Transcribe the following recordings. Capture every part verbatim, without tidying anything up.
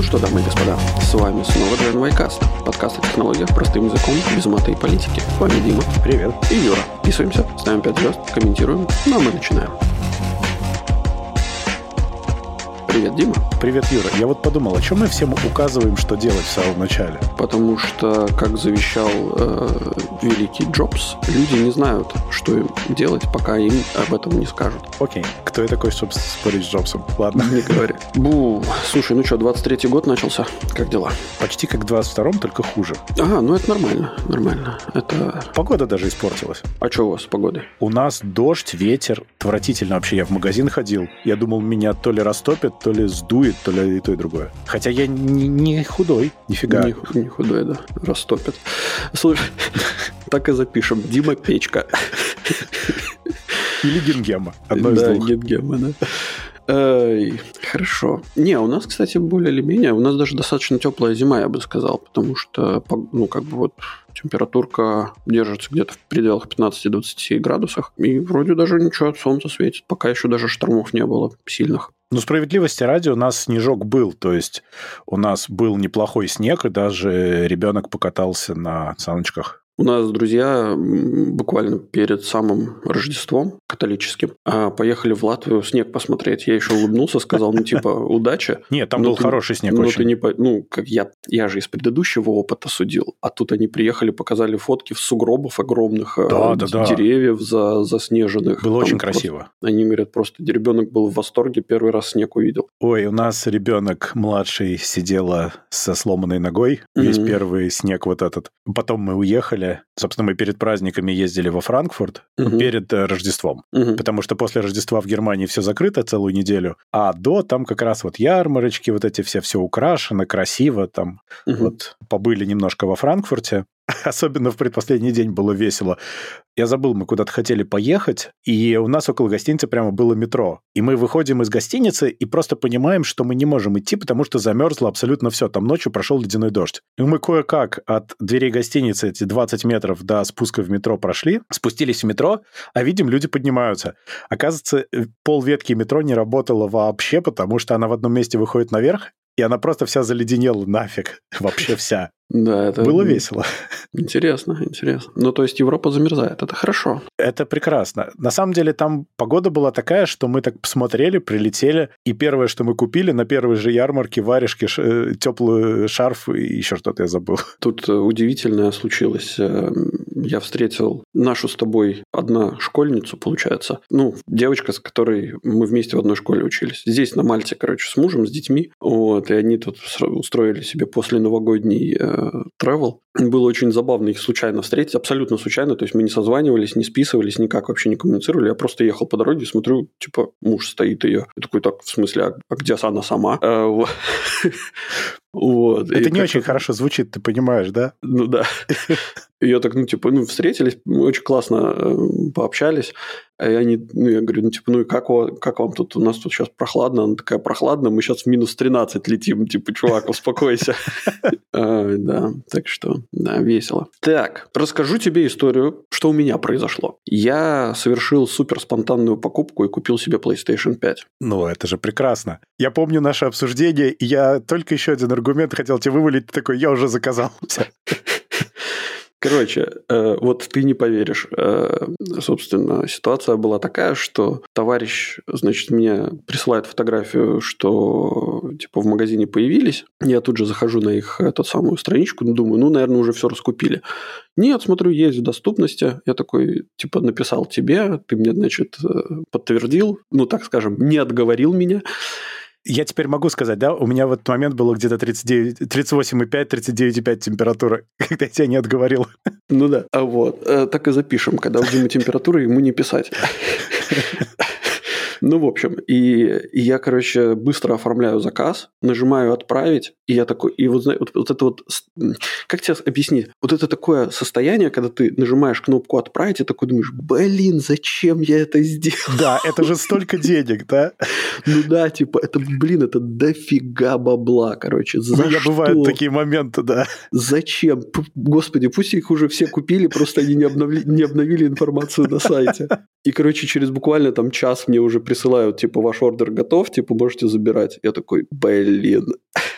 что, дамы и господа, с вами снова GenYcast, подкаст о технологиях простым языком, без мата и политики. С вами Дима. Привет. И Юра. Подписываемся, ставим пять звезд, комментируем, ну а мы начинаем. Привет, Дима. Привет, Юра. Я вот подумал, о чем мы всем указываем, что делать в самом начале? Потому что, как завещал э, великий Джобс, люди не знают, что им делать, пока им об этом не скажут. Окей. Кто я такой, собственно, спорить с Джобсом? Ладно. Не говори. Бу. Слушай, ну что, двадцать третий год начался. Как дела? Почти как в двадцать втором, только хуже. Ага, ну это нормально. Нормально. Это... Погода даже испортилась. А что у вас с погодой? У нас дождь, ветер. Отвратительно вообще. Я в магазин ходил. Я думал, меня то ли растопит, то ли сдует, то ли и то, и другое. Хотя я не, не худой. Нифига. Не, не худой, да. Растопит. Слушай, так и запишем. Дима Печка. Или Гингема. Одно из да, двух. Гингема, да. Эй, хорошо. Не, у нас, кстати, более или менее, у нас даже достаточно теплая зима, я бы сказал, потому что, ну, как бы вот температурка держится где-то в пределах пятнадцать-двадцать градусах, и вроде даже ничего, солнце светит, пока еще даже штормов не было сильных. Ну, справедливости ради, у нас снежок был, то есть у нас был неплохой снег, и даже ребенок покатался на саночках. У нас друзья буквально перед самым Рождеством католическим поехали в Латвию снег посмотреть. Я еще улыбнулся, сказал, ну, типа, удачи. Нет, там был ты, хороший снег но очень. Ты не, ну, как я, я же из предыдущего опыта судил, а тут они приехали, показали фотки в сугробов огромных, да, да, да. деревьев за, заснеженных. Было там очень просто, красиво. Они говорят, просто ребенок был в восторге, первый раз снег увидел. Ой, у нас ребенок младший сидела со сломанной ногой, mm-hmm. весь первый снег вот этот. Потом мы уехали. Собственно, мы перед праздниками ездили во Франкфурт, uh-huh. перед Рождеством. Uh-huh. Потому что после Рождества в Германии все закрыто целую неделю, а до там как раз вот ярмарочки, вот эти все, все украшено, красиво. Там uh-huh. вот побыли немножко во Франкфурте. Особенно в предпоследний день было весело. Я забыл, мы куда-то хотели поехать, и у нас около гостиницы прямо было метро. И мы выходим из гостиницы и просто понимаем, что мы не можем идти, потому что замерзло абсолютно все. Там ночью прошел ледяной дождь. И мы кое-как от дверей гостиницы эти двадцать метров до спуска в метро прошли, спустились в метро, а видим, люди поднимаются. Оказывается, полветки метро не работало вообще, потому что она в одном месте выходит наверх, и она просто вся заледенела нафиг. Вообще вся. Да, это... Было весело. Интересно, интересно. Ну, то есть Европа замерзает, это хорошо. Это прекрасно. На самом деле там погода была такая, что мы так посмотрели, прилетели, и первое, что мы купили на первой же ярмарке, варежки, ш... теплый шарф и еще что-то я забыл. Тут удивительное случилось. Я встретил нашу с тобой одна школьницу, получается. Ну, девочка, с которой мы вместе в одной школе учились. Здесь, на Мальте, короче, с мужем, с детьми. Вот, и они тут устроили себе после новогодний travel. Было очень забавно их случайно встретить, абсолютно случайно, то есть мы не созванивались, не списывались, никак вообще не коммуницировали. Я просто ехал по дороге, смотрю, типа, муж стоит ее. Я такой, так, в смысле, а, а где она сама? Вот. Это не очень хорошо звучит, ты понимаешь, да? Ну да. И я так, ну, типа, ну, встретились, мы очень классно пообщались. И они, ну, я говорю, ну, типа, ну, и как, как вам тут? У нас тут сейчас прохладно. Она такая, прохладно, мы сейчас в минус тринадцать летим. Типа, чувак, успокойся. Да, так что, да, весело. Так, расскажу тебе историю, что у меня произошло. Я совершил суперспонтанную покупку и купил себе PlayStation пять. Ну, это же прекрасно. Я помню наше обсуждение, и я только еще один аргумент хотел тебе вывалить. Ты такой, я уже заказал. Короче, э, вот ты не поверишь. Э, собственно, ситуация была такая, что товарищ, значит, мне присылает фотографию, что типа в магазине появились. Я тут же захожу на их эту самую страничку, думаю, ну, наверное, уже все раскупили. Нет, смотрю, есть в доступности. Я такой, типа, написал тебе, ты мне, значит, подтвердил, ну, так скажем, не отговорил меня. Я теперь могу сказать, да, у меня в этот момент было где-то тридцать девять, тридцать восемь и пять - тридцать девять и пять температура, когда я тебя не отговорил. Ну да, а вот, так и запишем, когда у Димы температура, ему не писать. Ну, в общем, и, и я, короче, быстро оформляю заказ, нажимаю «Отправить», и я такой, и вот, вот, вот это вот, как тебе объяснить, вот это такое состояние, когда ты нажимаешь кнопку «Отправить», и такой думаешь, блин, зачем я это сделал? Да, это же столько денег, да? Ну да, типа, это, блин, это дофига бабла, короче, за что? У меня бывают такие моменты, да. Зачем? Господи, пусть их уже все купили, просто они не обновили, не обновили информацию на сайте. И, короче, через буквально там час мне уже прислали присылают, типа, ваш ордер готов, типа, можете забирать. Я такой, блин.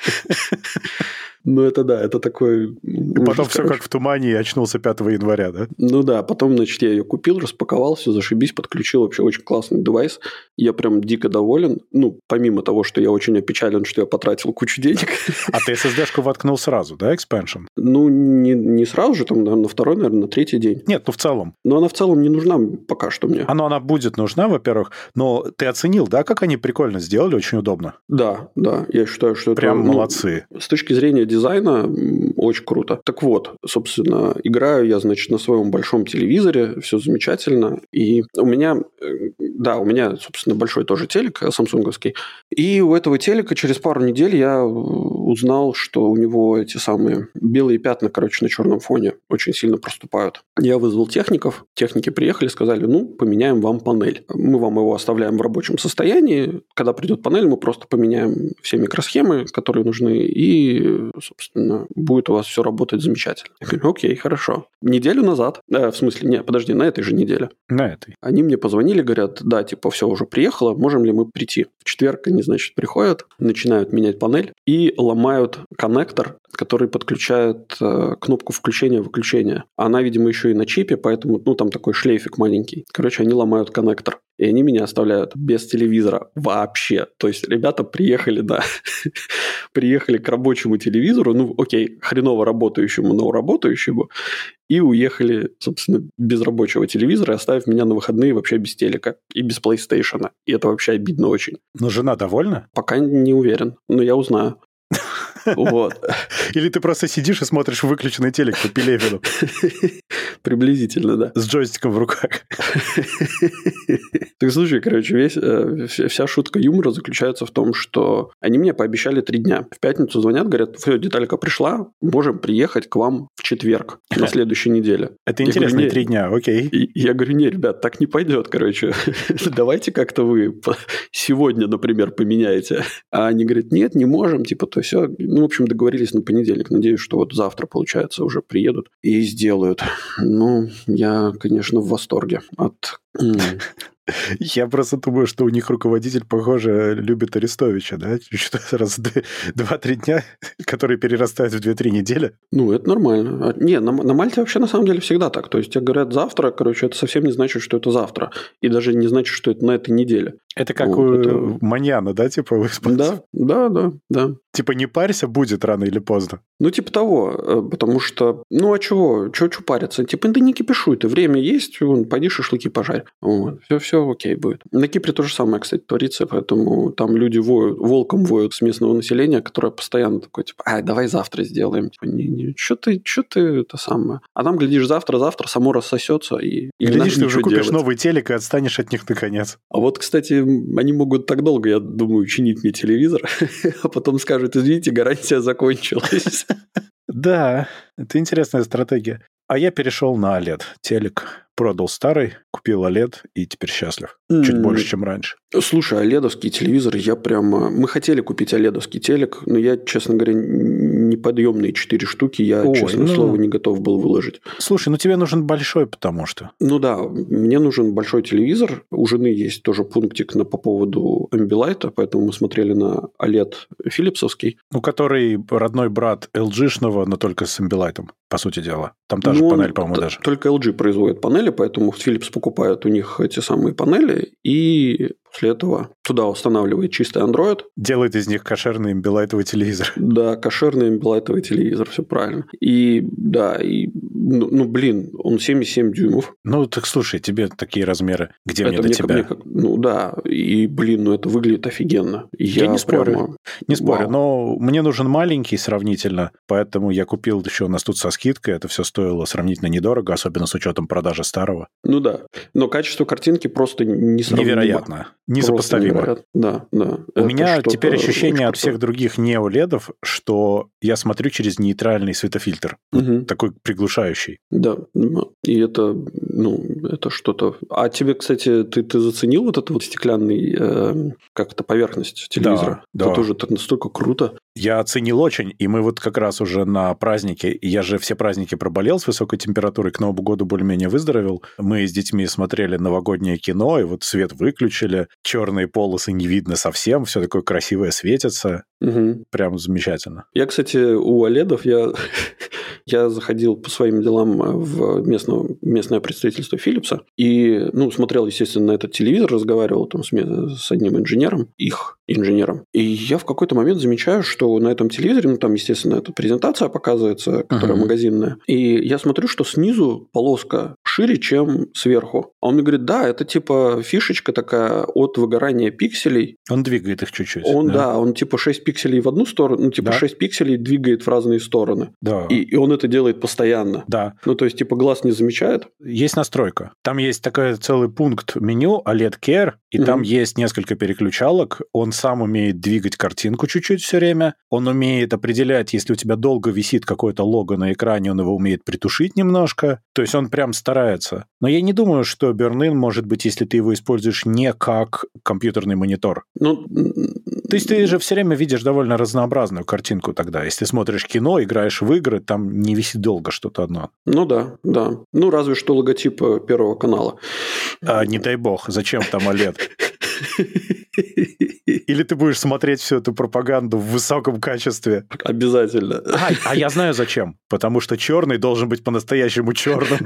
Ну, это да, это такой... И потом все как в тумане, и очнулся пятого января, да? Ну да, потом, значит, я ее купил, распаковал, все, зашибись, подключил. Вообще очень классный девайс. Я прям дико доволен. Ну, помимо того, что я очень опечален, что я потратил кучу денег. А ты эс эс ди-шку воткнул сразу, да, Expansion? Ну, не, не сразу же, там, наверное, на второй, наверное, на третий день. Нет, ну в целом. Но она в целом не нужна пока что мне. А, ну, она будет нужна, во-первых. Но ты оценил, да, как они прикольно сделали, очень удобно? Да, да. Я считаю, что прям это... Прям молодцы. Ну, с точки зрения дизайна очень круто. Так вот, собственно, играю я, значит, на своем большом телевизоре, все замечательно. И у меня, да, у меня, собственно, большой тоже телек, самсунговский. И у этого телека через пару недель я узнал, что у него эти самые белые пятна, короче, на черном фоне очень сильно проступают. Я вызвал техников. Техники приехали, сказали, ну, поменяем вам панель. Мы вам его оставляем в рабочем состоянии. Когда придет панель, мы просто поменяем все микросхемы, которые нужны, и, собственно, будет у вас все работать замечательно. Я говорю, окей, хорошо. Неделю назад, э, в смысле, не, подожди, на этой же неделе. На этой. Они мне позвонили, говорят, да, типа, все уже приехало, можем ли мы прийти? В четверг они, значит, приходят, начинают менять панель и ломают коннектор, который подключает э, кнопку включения-выключения. Она, видимо, еще и на чипе, поэтому, ну, там такой шлейфик маленький. Короче, они ломают коннектор. И они меня оставляют без телевизора вообще. То есть, ребята приехали, да, приехали к рабочему телевизору, ну, окей, хреново работающему, но работающему, и уехали, собственно, без рабочего телевизора, оставив меня на выходные вообще без телека и без PlayStation. И это вообще обидно очень. Но жена довольна? Пока не уверен, но я узнаю. Вот. Или ты просто сидишь и смотришь выключенный телек по Пелевину? Приблизительно, да. С джойстиком в руках. Так, слушай, короче, весь, вся шутка юмора заключается в том, что они мне пообещали три дня. В пятницу звонят, говорят, все, деталька пришла, можем приехать к вам в четверг на следующей неделе. Это интересные три дня, окей. И я говорю, не, ребят, так не пойдет, короче. Давайте как-то вы сегодня, например, поменяете. А они говорят, нет, не можем, типа, то все. Ну, в общем, договорились на понедельник. Надеюсь, что вот завтра, получается, уже приедут и сделают. Ну, я, конечно, в восторге от... Я просто думаю, что у них руководитель, похоже, любит Арестовича, да? Что-то раз два-три дня, которые перерастают в две-три недели. Ну, это нормально. Не, на, на Мальте вообще на самом деле всегда так. То есть, тебе говорят завтра, короче, это совсем не значит, что это завтра. И даже не значит, что это на этой неделе. Это как вот, у это... Маньяна, да, типа выспаться? Да, да, да, да. Типа не парься, будет рано или поздно. Ну, типа того, потому что, ну, а чего, чего, чего париться? Типа, да не кипишуй, ты время есть, вон, пойди шашлыки пожарь. Вот. Все, все окей будет. На Кипре то же самое, кстати, творится, поэтому там люди воют, волком воют с местного населения, которое постоянно такое, типа, ай, давай завтра сделаем. Типа, не, не, что ты, что ты это самое? А там, глядишь, завтра-завтра само рассосется. И, и глядишь, ты уже купишь делать. Новый телек и отстанешь от них наконец. А вот, кстати, они могут так долго, я думаю, чинить мне телевизор, а потом скажут, извините, гарантия закончилась. Да, это интересная стратегия. А я перешел на о лед. Телек продал старый, купил о лед и теперь счастлив. Mm. Чуть больше, чем раньше. Слушай, оледовский телевизор, я прямо... Мы хотели купить оледовский телек, но я, честно говоря, неподъемные четыре штуки я, Ой, честное ну... слово, не готов был выложить. Слушай, ну тебе нужен большой, потому что... Ну да, мне нужен большой телевизор. У жены есть тоже пунктик на, по поводу Ambilight, поэтому мы смотрели на о лед филипсовский. Ну, который родной брат эл джи-шного, но только с Ambilight, по сути дела. Там та же ну, панель, по-моему, даже. Только эл джи производит панели, поэтому Philips покупает у них эти самые панели и после этого туда устанавливает чистый Android. Делает из них кошерный Ambilight телевизор. Да, кошерный Ambilight телевизор, все правильно. И да, и ну, ну блин, он семьдесят семь дюймов. Ну, так слушай, тебе такие размеры, где это мне до мне, тебя? Мне как, ну да, и блин, ну это выглядит офигенно. Я, я не спорю, прямо... не спорю, Вау. Но мне нужен маленький сравнительно, поэтому я купил еще у нас тут со скидкой, это все стоило сравнительно недорого, особенно с учетом продажи старого. Ну да, но качество картинки просто несравнимо. Невероятно, несопоставимо. Да, да. У это меня теперь ощущение от всех других не о ледов, что я смотрю через нейтральный светофильтр, угу. такой приглушающий. Да, И это, ну, это что-то... А тебе, кстати, ты, ты заценил вот эту вот стеклянный, э, как это, поверхность телевизора? Да, это да. тоже так настолько круто. Я оценил очень, и мы вот как раз уже на празднике, я же все праздники проболел с высокой температурой, к Новому году более-менее выздоровел. Мы с детьми смотрели новогоднее кино, и вот свет выключили, черные полосы не видно совсем, все такое красивое светится. Угу. Прям замечательно. Я, кстати, у оледов, я, я заходил по своим делам в местное, местное представительство Philips'а и, ну, смотрел, естественно, на этот телевизор, разговаривал там с, с одним инженером, их инженером. И я в какой-то момент замечаю, что на этом телевизоре, ну, там, естественно, эта презентация показывается, которая uh-huh. магазинная, и я смотрю, что снизу полоска шире, чем сверху. А он мне говорит, да, это типа фишечка такая от выгорания пикселей. Он двигает их чуть-чуть. Он, да, да он типа шесть пикселей в одну сторону, ну, типа да. шесть пикселей двигает в разные стороны. Да. И, и он это делает постоянно. Да. Ну, то есть, типа, глаз не замечает. Есть настройка. Там есть такой целый пункт меню о лед Care, и uh-huh. там есть несколько переключалок. Он сам умеет двигать картинку чуть-чуть все время. Он умеет определять, если у тебя долго висит какое-то лого на экране, он его умеет притушить немножко. То есть он прям старается. Но я не думаю, что Burn-In может быть, если ты его используешь не как компьютерный монитор. Ну, то есть ты же все время видишь довольно разнообразную картинку тогда. Если смотришь кино, играешь в игры, там не висит долго что-то одно. Ну да, да. Ну разве что логотип Первого канала. А, не дай бог, зачем там о лед? Или ты будешь смотреть всю эту пропаганду в высоком качестве? Обязательно. А, а я знаю зачем. Потому что черный должен быть по-настоящему черным.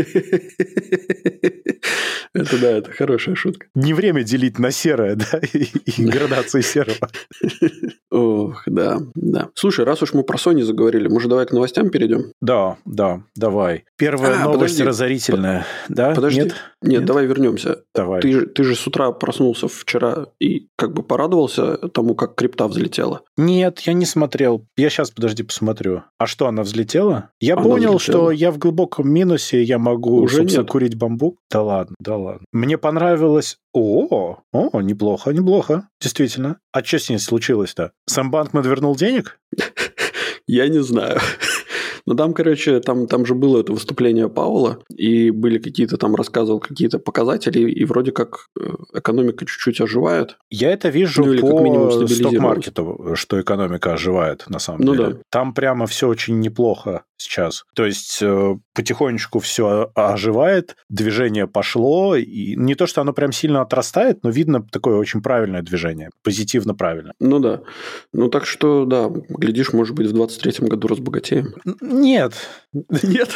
Это да, это хорошая шутка. Не время делить на серое, да, и, и градации серого. Ох, да, да. Слушай, раз уж мы про Sony заговорили, может, давай к новостям перейдем? Да, да, давай. Первая а, новость подожди. разорительная, По- да? Подожди. Нет? Нет, Нет, давай вернемся. Давай. Ты, ты же с утра проснулся вчера и как бы порадовался тому, как крипта взлетела? Нет, я не смотрел. Я сейчас, подожди, посмотрю. А что, она взлетела? Я она понял, взлетела. Что я в глубоком минусе, я могу, уже собственно, нет. курить бамбук. Да ладно, да ладно. Мне понравилось... О, о, неплохо, неплохо. Действительно. А что с ней случилось-то? Сэм Бэнкман вернул денег? Я не знаю. Но там, короче, там, там же было это выступление Пауэлла, и были какие-то там, рассказывал какие-то показатели, и вроде как экономика чуть-чуть оживает. Я это вижу ну, по сток-маркету, что экономика оживает, на самом ну, деле. Да. Там прямо все очень неплохо сейчас. То есть, потихонечку все оживает, движение пошло, и не то, что оно прям сильно отрастает, но видно такое очень правильное движение, позитивно правильно. Ну да. Ну так что, да, глядишь, может быть, в двадцать третьем году разбогатеем. Нет. Нет?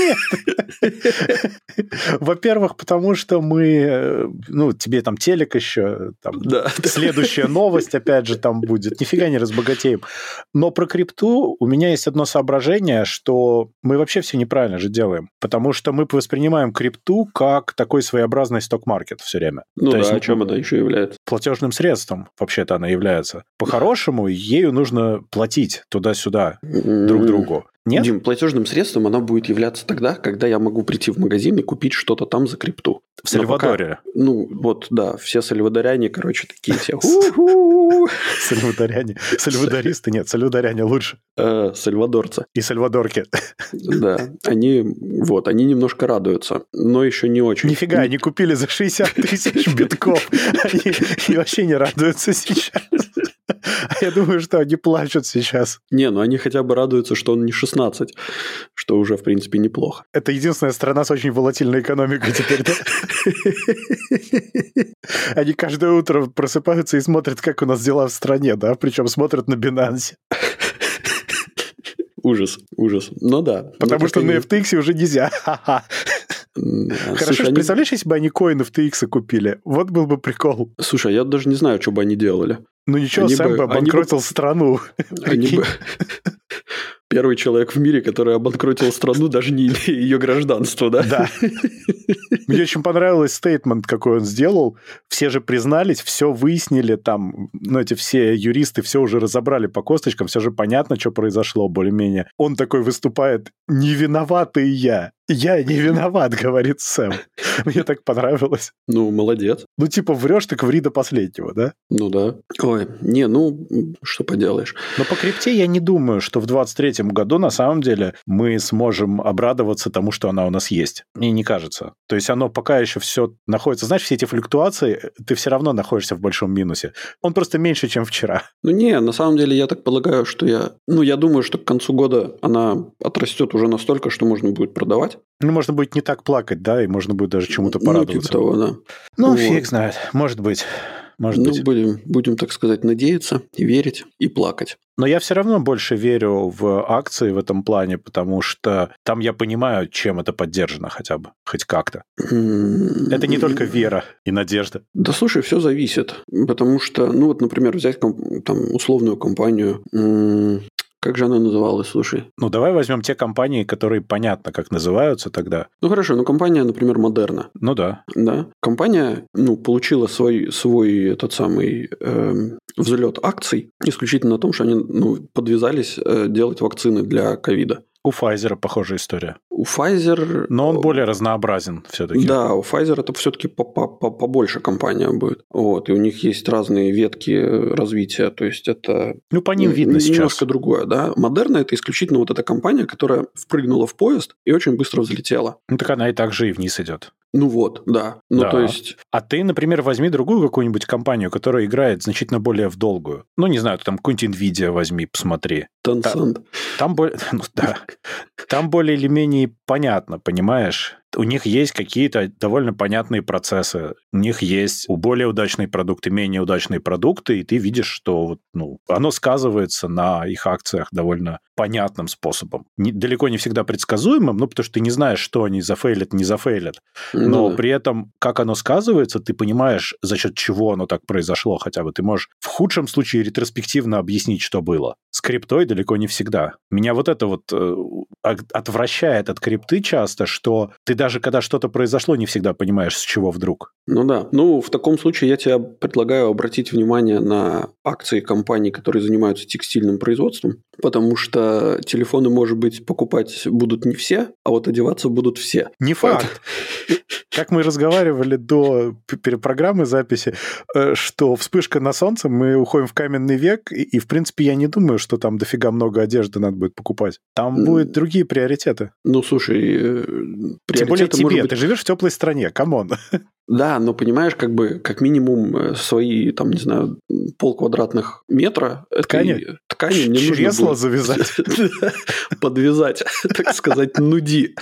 Нет. Во-первых, потому что мы... Ну, тебе там телек еще, там, да. следующая новость, опять же, там будет. Нифига не разбогатеем. Но про крипту у меня есть одно соображение, что мы вообще все неправильно же делаем. Потому что мы воспринимаем крипту как такой своеобразный сток-маркет все время. Ну То да, есть, о чем она еще является? Платежным средством, вообще-то, она является. По-хорошему, ею нужно платить туда-сюда друг другу. Нет? Дим, платежным средством она будет являться тогда, когда я могу прийти в магазин и купить что-то там за крипту. В Сальвадоре? Пока, ну, вот, да, все сальвадоряне, короче, такие все. Сальвадоряне. Сальвадористы? Нет, сальвадоряне лучше. Сальвадорцы. И сальвадорки. Да, они, вот, они немножко радуются, но еще не очень. Нифига, они купили за шестьдесят тысяч битков. Они вообще не радуются сейчас. Я думаю, что они плачут сейчас. Не, ну они хотя бы радуются, что он не шестнадцать, что уже, в принципе, неплохо. Это единственная страна с очень волатильной экономикой теперь, да? Они каждое утро просыпаются и смотрят, как у нас дела в стране, да? Причем смотрят на Binance. Ужас, ужас. Ну да. Потому что на эф ти экс уже нельзя. Да. Хорошо, Слушай, они... представляешь, если бы они коин эф ти экс купили? Вот был бы прикол. Слушай, я даже не знаю, что бы они делали. Ну ничего, они Сэм бы, бы обанкротил бы... страну. Они бы... Первый человек в мире, который обанкротил страну, даже не имея ее гражданства, да? Да. Мне очень понравилось стейтмент, какой он сделал. Все же признались, все выяснили там, ну, эти все юристы все уже разобрали по косточкам, все же понятно, что произошло более-менее. Он такой выступает: не виноватый я. Я не виноват, говорит Сэм. Мне так понравилось. Ну, молодец. Ну, типа, врешь, так ври до последнего, да? Ну, да. Ой, не, ну, что поделаешь. Но по крипте я не думаю, что в двадцать третьем году на самом деле мы сможем обрадоваться тому, что она у нас есть. Мне не кажется. То есть оно пока еще все находится... Знаешь, все эти флуктуации, ты все равно находишься в большом минусе. Он просто меньше, чем вчера. Ну, не, на самом деле я так полагаю, что я... Ну, я думаю, что к концу года она отрастет уже настолько, что можно будет продавать. Ну, можно будет не так плакать, да, и можно будет даже чему-то порадоваться. Ну, типа того, да. Ну, вот. Фиг знает. Может быть. Может ну, быть. Будем, будем, так сказать, надеяться, и верить, и плакать. Но я все равно больше верю в акции в этом плане, потому что там я понимаю, чем это поддержано хотя бы, хоть как-то. Это не только вера и надежда. Да, слушай, все зависит. Потому что, ну, вот, например, взять там условную компанию... Как же она называлась, слушай? Ну, давай возьмем те компании, которые понятно, как называются тогда. Ну, хорошо, ну, компания, например, Модерна. Ну, да. Да. Компания, ну, получила свой, свой этот самый э, взлет акций исключительно на том, что они, ну, подвязались э, делать вакцины для ковида. У Pfizer похожая история. У Pfizer... Но он более разнообразен все-таки. Да, у Pfizer это все-таки побольше компания будет. Вот, и у них есть разные ветки развития, то есть это... Ну, по ним видно сейчас. Немножко другое, да. Модерна – это исключительно вот эта компания, которая впрыгнула в поезд и очень быстро взлетела. Ну, так она и так же и вниз идет. Ну вот, да. Ну, да. то есть... А ты, например, возьми другую какую-нибудь компанию, которая играет значительно более в долгую. Ну, не знаю, там какую-нибудь Nvidia возьми, посмотри. Tencent. Там, там более... Ну, да. Там более или менее понятно, понимаешь? У них есть какие-то довольно понятные процессы. У них есть более удачные продукты, менее удачные продукты, и ты видишь, что ну, оно сказывается на их акциях довольно понятным способом. Не, далеко не всегда предсказуемым, ну, потому что ты не знаешь, что они зафейлят, не зафейлят. Но mm. при этом, как оно сказывается, ты понимаешь, за счет чего оно так произошло хотя бы. Ты можешь в худшем случае ретроспективно объяснить, что было. С криптой далеко не всегда. Меня вот это вот э, отвращает от крипты часто, что ты даже когда что-то произошло, не всегда понимаешь, с чего вдруг. Ну да. Ну, в таком случае я тебе предлагаю обратить внимание на акции компаний, которые занимаются текстильным производством, потому что телефоны, может быть, покупать будут не все, а вот одеваться будут все. Не факт. Как мы разговаривали до программы записи, что вспышка на солнце, мы уходим в каменный век, и, в принципе, я не думаю, что там дофига много одежды надо будет покупать. Там mm. будут другие приоритеты. Ну, слушай, приоритеты... Тем более тебе, быть... ты живешь в теплой стране, камон. Да, но понимаешь, как бы, как минимум, свои, там, не знаю, полквадратных метра ткани, ткани не нужно чресло завязать. Подвязать, так сказать, нуди.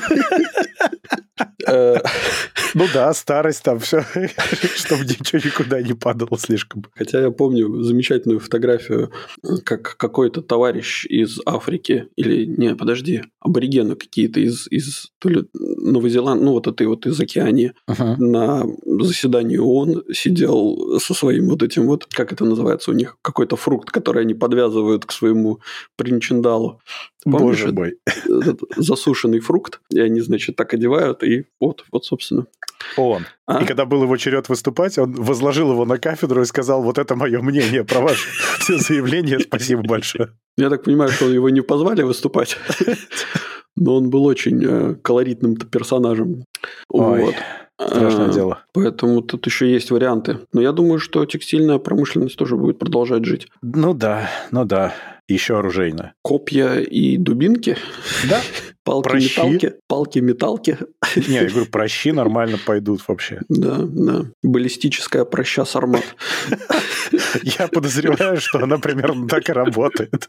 Ну да, старость там, все, чтобы ничего никуда не падало слишком. Хотя я помню замечательную фотографию, как какой-то товарищ из Африки, или, не, подожди, аборигены какие-то из, из то ли Новой Зеландии, ну вот этой вот из Океании, uh-huh. на заседании ООН сидел со своим вот этим вот, как это называется у них, какой-то фрукт, который они подвязывают к своему причиндалу. Помнишь, Боже мой. Этот засушенный фрукт, и они, значит, так одевают, и вот, вот собственно. Он. А? И когда был его черед выступать, он возложил его на кафедру и сказал, вот это мое мнение про ваше все заявление, спасибо большое. Я так понимаю, что его не позвали выступать, но он был очень колоритным персонажем. Ой. Вот. Страшное а, дело. Поэтому тут еще есть варианты. Но я думаю, что текстильная промышленность тоже будет продолжать жить. Ну да, ну да. Еще оружейная. Копья и дубинки. Да. Палки-металки. Палки-металки. Не, я говорю, прощи нормально пойдут вообще. Да, да. Баллистическая проща Сармат. Я подозреваю, что она примерно так и работает.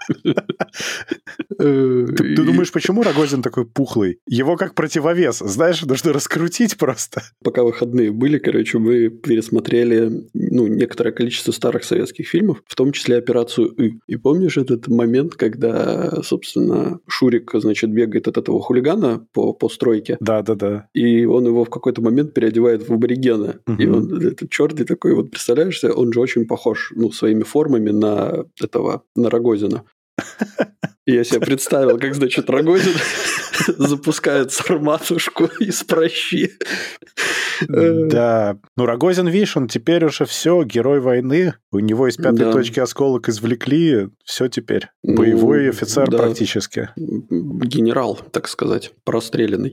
Ты думаешь, почему Рогозин такой пухлый? Его как противовес, знаешь, нужно раскрутить просто. Пока выходные были, короче, мы пересмотрели ну, некоторое количество старых советских фильмов, в том числе «Операцию И». И помнишь этот момент, когда, собственно, Шурик, значит, бегает от этого хулигана по, по стройке? Да, да, да. И он его в какой-то момент переодевает в аборигена. Угу. И он, этот черный такой, вот представляешь себе, он же очень похож, ну, своими формами на этого, на Рогозина. Я себе представил, как, значит, Рогозин запускает сарматушку из прощи. Да. Ну, Рогозин, видишь, он теперь уже все, герой войны. У него из пятой Да. точки осколок извлекли. Все теперь. Боевой Ну, офицер да. практически. Генерал, так сказать, простреленный.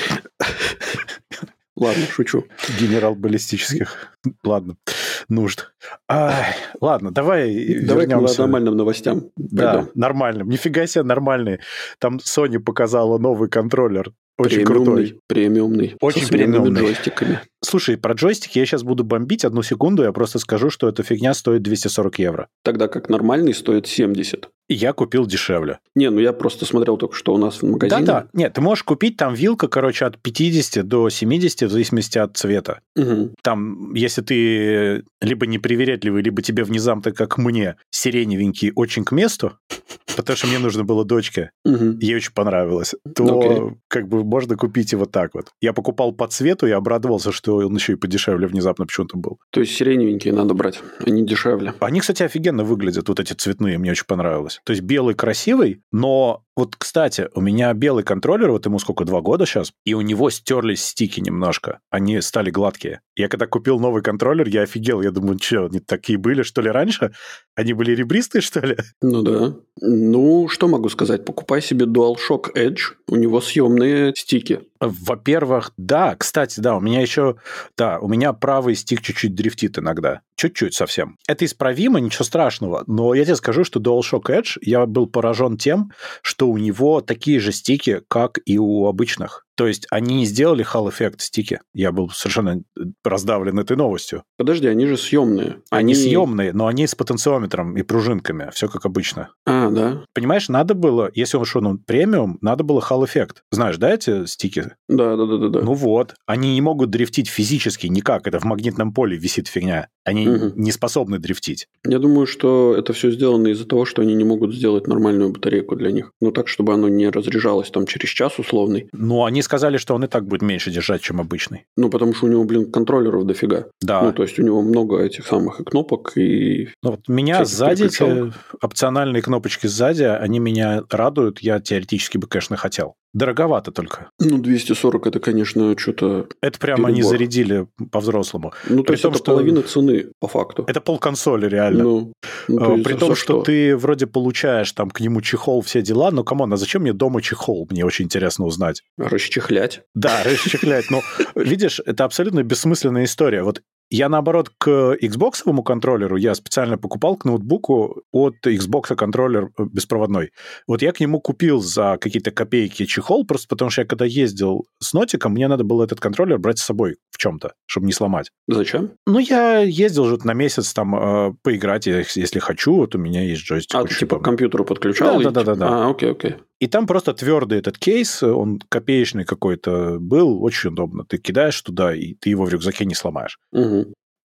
Ладно, шучу. Генерал баллистических, ладно, нужд. Ай, ладно, давай Давай к вернемся. нормальным новостям. Да, пойдем. нормальным. Нифига себе нормальный. Там Sony показала новый контроллер. Очень Премиумный, крутой. Премиумный. Очень со сменными премиумный. джойстиками. Слушай, про джойстики я сейчас буду бомбить одну секунду, я просто скажу, что эта фигня стоит двести сорок евро. Тогда как нормальный стоит семьдесят. И я купил дешевле. Не, ну я просто смотрел только что у нас в магазине. Да-да. Нет, ты можешь купить там вилка, короче, от пятидесяти до семидесяти, в зависимости от цвета. Угу. Там, если ты либо непривередливый, либо тебе внезапно, как мне, сиреневенький очень к месту, потому что мне нужно было дочке, Угу. ей очень понравилось, то Окей. как бы можно купить и вот так вот. Я покупал по цвету и обрадовался, что он еще и подешевле внезапно почему-то был. То есть сиреневенькие надо брать, они дешевле. Они, кстати, офигенно выглядят, вот эти цветные, мне очень понравилось. То есть белый красивый, но вот, кстати, у меня белый контроллер, вот ему сколько, два года сейчас, и у него стерлись стики немножко, они стали гладкие. Я когда купил новый контроллер, я офигел, я думаю, что, они такие были, что ли, раньше? Они были ребристые, что ли? Ну да. Ну, что могу сказать? Покупай себе DualShock Edge, у него съемные стики. Во-первых, да, кстати, да, у меня еще, да, у меня правый стик чуть-чуть дрифтит иногда, чуть-чуть совсем. Это исправимо, ничего страшного, но я тебе скажу, что DualShock Edge, я был поражен тем, что у него такие же стики, как и у обычных. То есть они не сделали Hall-эффект стики. Я был совершенно раздавлен этой новостью. Подожди, они же съемные. Они съемные, но они с потенциометром и пружинками, все как обычно. А, да? Понимаешь, надо было, если он шел на премиум, надо было Hall-эффект. Знаешь, да, эти стики? Да, да, да, да, да. Ну вот, они не могут дрифтить физически никак, это в магнитном поле висит фигня. Они Мгм. не способны дрифтить. Я думаю, что это все сделано из-за того, что они не могут сделать нормальную батарейку для них. Ну, так, чтобы оно не разряжалось там через час условный. Но они сказали, что он и так будет меньше держать, чем обычный. Ну, потому что у него, блин, контроллеров дофига. Да. Ну, то есть у него много этих самых и кнопок, и... Ну, вот меня всяких сзади, эти переключалок. опциональные кнопочки сзади, они меня радуют, я теоретически бы, конечно, хотел. Дороговато только. Ну, двести сорок это, конечно, что-то... Это прямо они Перебор. зарядили по-взрослому. Ну, то При есть том, это что- половина цены, по факту. Это полконсоли, реально. Ну, ну, то А, есть При за- том, за что ты вроде получаешь там к нему чехол, все дела, но, камон, а зачем мне дома чехол? Мне очень интересно узнать. Расчехлять. Да, расчехлять. Но, видишь, это абсолютно бессмысленная история. Вот я, наоборот, к Xbox-овому контроллеру я специально покупал к ноутбуку от Xbox контроллер беспроводной. Вот я к нему купил за какие-то копейки чехол, просто потому что я когда ездил с нотиком, мне надо было этот контроллер брать с собой в чем-то, чтобы не сломать. Зачем? Ну, я ездил же на месяц там э, поиграть, если если хочу, вот у меня есть джойстик. А, ты очень типа к удобный. компьютеру подключал? Да, и да, да, типа- да, да. А, окей, окей. И там просто твердый этот кейс, он копеечный какой-то был, очень удобно. Ты кидаешь туда, и ты его в рюкзаке не сломаешь. Угу.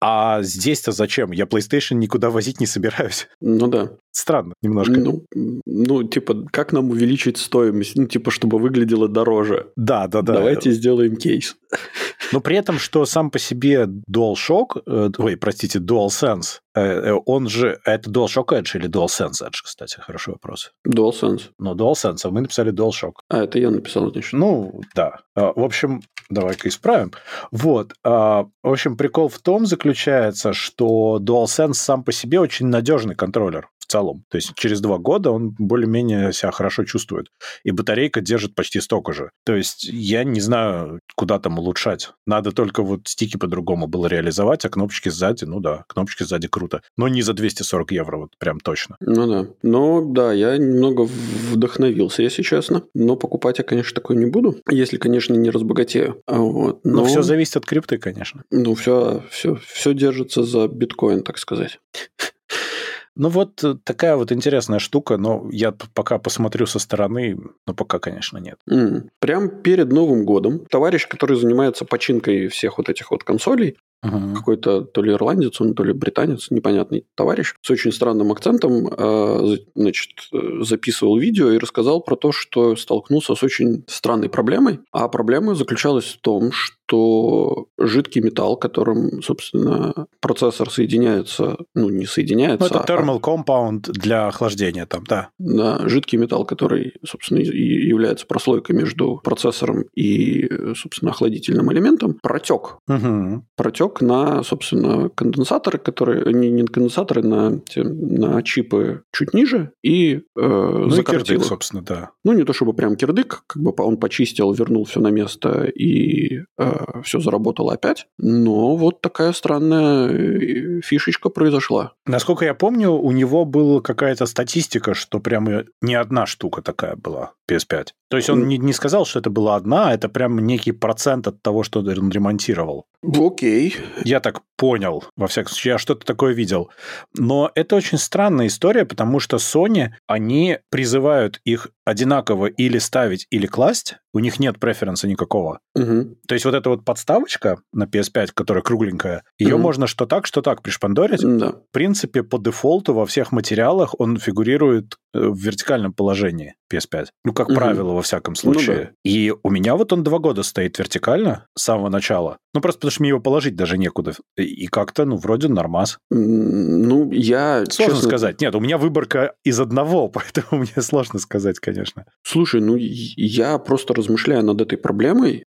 А здесь-то зачем? Я PlayStation никуда возить не собираюсь. Ну да. Странно немножко. Ну, ну, типа, как нам увеличить стоимость? Ну, типа, чтобы выглядело дороже. Да, да, да. Давайте сделаем кейс. Но при этом, что сам по себе DualShock, э, ой, простите, DualSense, э, э, он же, это DualShock Edge или DualSense Edge, кстати, хороший вопрос. DualSense. Но DualSense, а мы написали DualShock. А, это я написал, значит. Ну, да. А, В общем, давай-ка исправим. Вот. а, В общем, прикол в том заключается, что DualSense сам по себе очень надежный контроллер в целом. То есть через два года он более-менее себя хорошо чувствует. И батарейка держит почти столько же. То есть я не знаю, куда там улучшать. Надо только вот стики по-другому было реализовать, а кнопочки сзади, ну да, кнопочки сзади круто. Но не за двести сорок евро, вот прям точно. Ну да. Но да, я немного вдохновился, если честно. Но покупать я, конечно, такой не буду. Если, конечно, не разбогатею. А Вот. Но, Но, все зависит от крипты, конечно. Ну, все, все, все держится за биткоин, так сказать. Ну, вот э, такая вот интересная штука, но я п- пока посмотрю со стороны, но пока, конечно, нет. М. Прям перед Новым годом товарищ, который занимается починкой всех вот этих вот консолей, Uh-huh. Какой-то то ли ирландец, он, то ли британец, непонятный товарищ, с очень странным акцентом, значит, записывал видео и рассказал про то, что столкнулся с очень странной проблемой. А проблема заключалась в том, что жидкий металл, которым, собственно, процессор соединяется, ну, не соединяется... Ну, это thermal а... compound для охлаждения там, да. Да, жидкий металл, который, собственно, является прослойкой между процессором и, собственно, охладительным элементом, протек. Угу. Протек на, собственно, конденсаторы, которые... Не, не конденсаторы, на, на чипы чуть ниже и э, ну, закоротил. И кирдык, собственно, да. Ну, не то чтобы прям кирдык, как бы он почистил, вернул все на место и э, все заработало опять. Но вот такая странная фишечка произошла. Насколько я помню, у него была какая-то статистика, что прямо не одна штука такая была, пи эс пять. То есть он mm. не, не сказал, что это была одна, а это прям некий процент от того, что он ремонтировал. Окей. Я так понял, во всяком случае, я что-то такое видел. Но это очень странная история, потому что Sony, они призывают их одинаково или ставить, или класть. У них нет преференса никакого. Угу. То есть вот эта вот подставочка на пи эс пять, которая кругленькая, ее угу. можно что так, что так пришпандорить. Да. В принципе, по дефолту во всех материалах он фигурирует в вертикальном положении пи эс пять. Ну, как угу. правило, во всяком случае. Ну, да. И у меня вот он два года стоит вертикально с самого начала. Ну, просто потому что мне его положить даже некуда. И как-то, ну, вроде нормас. Ну, я... Сложно честно... сказать. Нет, у меня выборка из одного, поэтому мне сложно сказать, конечно. Слушай, ну, я просто размышляя над этой проблемой,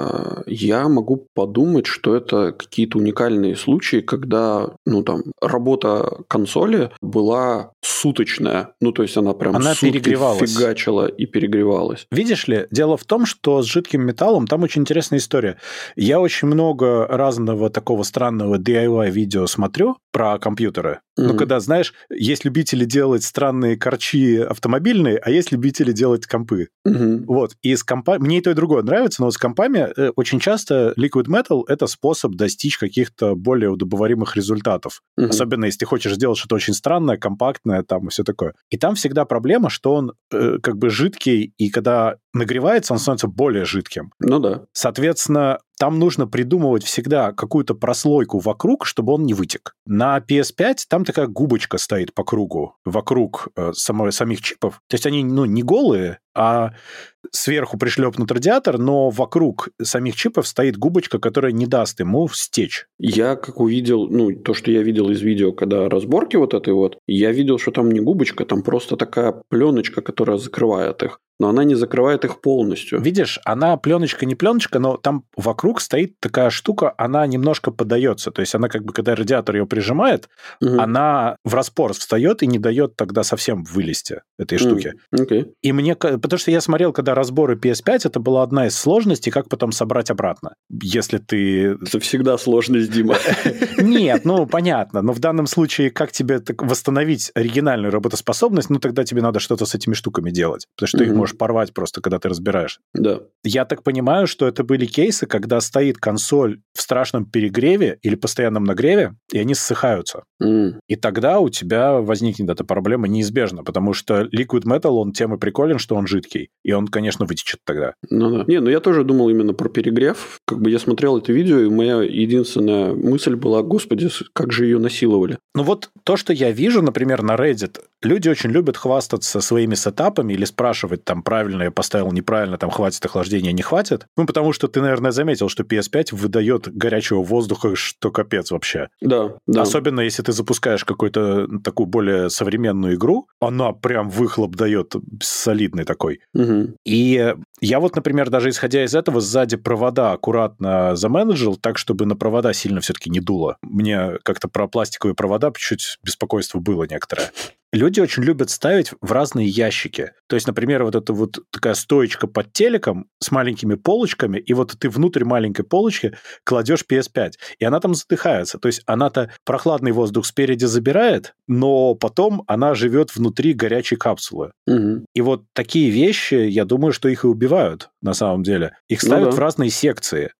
я могу подумать, что это какие-то уникальные случаи, когда, ну, там, работа консоли была суточная. Ну, то есть она прям она сутки перегревалась. Фигачила и перегревалась. Видишь ли, дело в том, что с жидким металлом там очень интересная история. Я очень много разного такого странного ди ай вай-видео смотрю про компьютеры. Mm-hmm. Ну, когда, знаешь, есть любители делать странные корчи автомобильные, а есть любители делать компы. Mm-hmm. Вот. И с компа... Мне и то, и другое нравится, но с компами э, очень часто Liquid Metal — это способ достичь каких-то более удобоваримых результатов. Mm-hmm. Особенно, если ты хочешь сделать что-то очень странное, компактное там и все такое. И там всегда проблема, что он э, как бы жидкий, и когда нагревается, он становится более жидким. Ну да. Соответственно, там нужно придумывать всегда какую-то прослойку вокруг, чтобы он не вытек. На пи эс пять там такая губочка стоит по кругу, вокруг э, само, самих чипов. То есть они, ну, не голые, а сверху пришлепнут радиатор, но вокруг самих чипов стоит губочка, которая не даст ему стечь. Я как увидел, ну, то, что я видел из видео, когда разборки вот этой вот, я видел, что там не губочка, там просто такая пленочка, которая закрывает их. Но она не закрывает их полностью. Видишь, она пленочка не пленочка, но там вокруг стоит такая штука, она немножко подается. То есть она как бы, когда радиатор ее прижимает, угу. она в распор встает и не дает тогда совсем вылезти этой штуки. Okay. И мне... Потому что я смотрел, когда разборы пи эс пять, это была одна из сложностей, как потом собрать обратно. Если ты... Это всегда сложность, Дима. Нет, ну, понятно. Но в данном случае, как тебе восстановить оригинальную работоспособность, ну, тогда тебе надо что-то с этими штуками делать. Потому что ты их можешь порвать просто, когда ты разбираешь. Да. Я так понимаю, что это были кейсы, когда стоит консоль в страшном перегреве или постоянном нагреве, и они ссыхаются. Mm. И тогда у тебя возникнет эта проблема неизбежно, потому что Liquid Metal, он тем и приколен, что он жидкий, и он, конечно, вытечет тогда. Ну да. Не, ну я тоже думал именно про перегрев. Как бы я смотрел это видео, и моя единственная мысль была, господи, как же ее насиловали. Ну вот то, что я вижу, например, на Reddit, люди очень любят хвастаться своими сетапами или спрашивать, там, правильно я поставил, неправильно, там, хватит охлаждения, не хватит. Ну, потому что ты, наверное, заметил, что пи эс пять выдает горячего воздуха, что капец вообще. Да, да. Особенно, если ты запускаешь какую-то такую более современную игру, она прям выхлоп дает солидный такой. Угу. И я вот, например, даже исходя из этого, сзади провода аккуратно заменеджил так, чтобы на провода сильно все-таки не дуло. Мне как-то про пластиковые провода чуть беспокойство было некоторое. Люди очень любят ставить в разные ящики. То есть, например, вот эта вот такая стоечка под телеком с маленькими полочками, и вот ты внутрь маленькой полочки кладешь пи эс пять, и она там задыхается. То есть она-то прохладный воздух спереди забирает, но потом она живет внутри горячей капсулы. Угу. И вот такие вещи, я думаю, что их и убивают на самом деле. Их ставят ну да. в разные секции.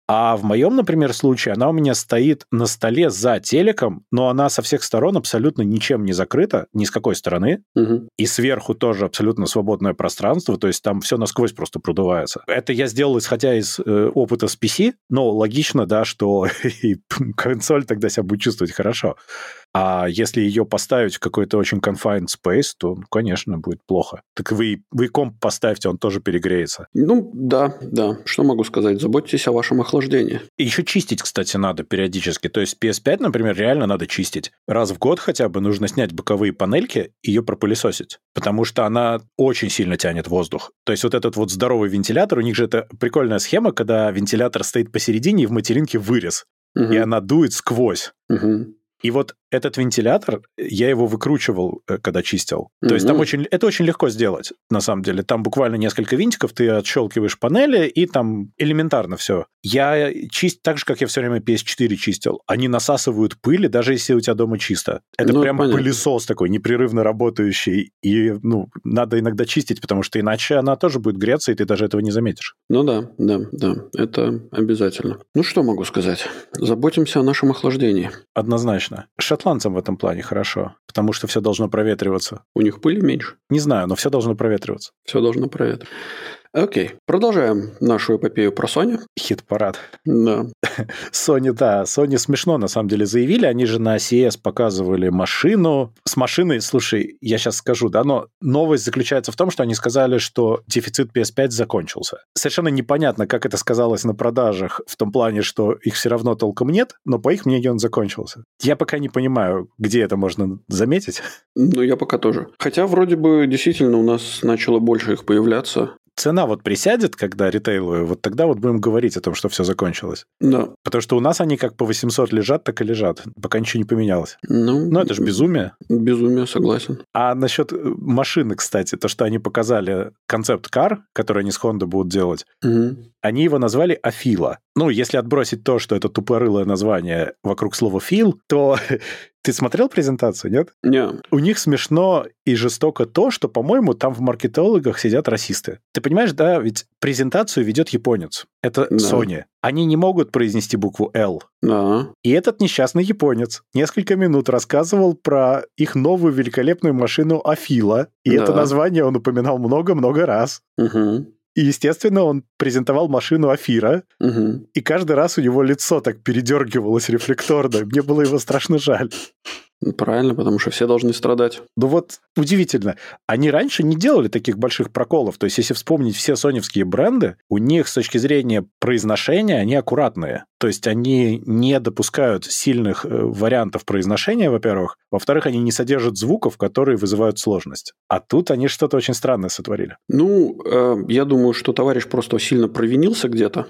А в моем, например, случае она у меня стоит на столе за телеком, но она со всех сторон абсолютно ничем не закрыта, ни с какой стороны. Угу. И сверху тоже абсолютно свободное пространство, то есть там все насквозь просто продувается. Это я сделал, исходя из э, опыта с пи си, но логично, да, что и консоль тогда себя будет чувствовать хорошо. А если ее поставить в какой-то очень confined space, то, ну, конечно, будет плохо. Так вы, вы комп поставьте, он тоже перегреется. Ну, да, да. Что могу сказать? Заботьтесь о вашем охлаждении. И еще чистить, кстати, надо периодически. То есть пи эс пять, например, реально надо чистить. Раз в год хотя бы нужно снять боковые панельки и ее пропылесосить. Потому что она очень сильно тянет воздух. То есть вот этот вот здоровый вентилятор, у них же это прикольная схема, когда вентилятор стоит посередине и в материнке вырез. Угу. И она дует сквозь. Угу. И вот этот вентилятор, я его выкручивал, когда чистил. Mm-hmm. То есть там очень, это очень легко сделать, на самом деле. Там буквально несколько винтиков, ты отщелкиваешь панели, и там элементарно все. Я чистил так же, как я все время пи эс четыре чистил. Они насасывают пыли, даже если у тебя дома чисто. Это ну, прям понятно. Пылесос такой, непрерывно работающий. И, ну, надо иногда чистить, потому что иначе она тоже будет греться, и ты даже этого не заметишь. Ну да, да, да, это обязательно. Ну, что могу сказать? Заботимся о нашем охлаждении. Однозначно. Шотландцам в этом плане хорошо, потому что все должно проветриваться. У них пыли меньше? Не знаю, но все должно проветриваться. Все должно проветриваться. Окей, продолжаем нашу эпопею про Sony. Хит-парад. Да. Sony, да. Sony смешно, на самом деле, заявили. Они же на си и эс показывали машину. С машиной, слушай, я сейчас скажу, да, но новость заключается в том, что они сказали, что дефицит пи эс пять закончился. Совершенно непонятно, как это сказалось на продажах, в том плане, что их все равно толком нет, но по их мнению он закончился. Я пока не понимаю, где это можно заметить. Ну, я пока тоже. Хотя, вроде бы, действительно, у нас начало больше их появляться. Цена вот присядет, когда ритейловая, вот тогда вот будем говорить о том, что все закончилось. Да. Потому что у нас они как по восемьсот лежат, так и лежат. Пока ничего не поменялось. Ну, Но это же безумие. Безумие, согласен. А насчет машины, кстати, то, что они показали концепт-кар, который они с Honda будут делать, угу. Они его назвали Афила. Ну, если отбросить то, что это тупорылое название вокруг слова «фил», то... Ты смотрел презентацию, нет? Нет. У них смешно и жестоко то, что, по-моему, там в маркетологах сидят расисты. Ты понимаешь, да? Ведь презентацию ведет японец. Это да. Sony. Они не могут произнести букву «Л». Да. И этот несчастный японец несколько минут рассказывал про их новую великолепную машину Афила. И да. это название он упоминал много-много раз. Угу. И, естественно, он презентовал машину Афира, угу. и каждый раз у него лицо так передергивалось рефлекторно. Мне было его страшно жаль. Правильно, потому что все должны страдать. Ну вот удивительно. Они раньше не делали таких больших проколов. То есть, если вспомнить все соневские бренды, у них с точки зрения произношения они аккуратные. То есть, они не допускают сильных вариантов произношения, во-первых. Во-вторых, они не содержат звуков, которые вызывают сложность. А тут они что-то очень странное сотворили. Ну, э, я думаю, что товарищ просто сильно провинился где-то.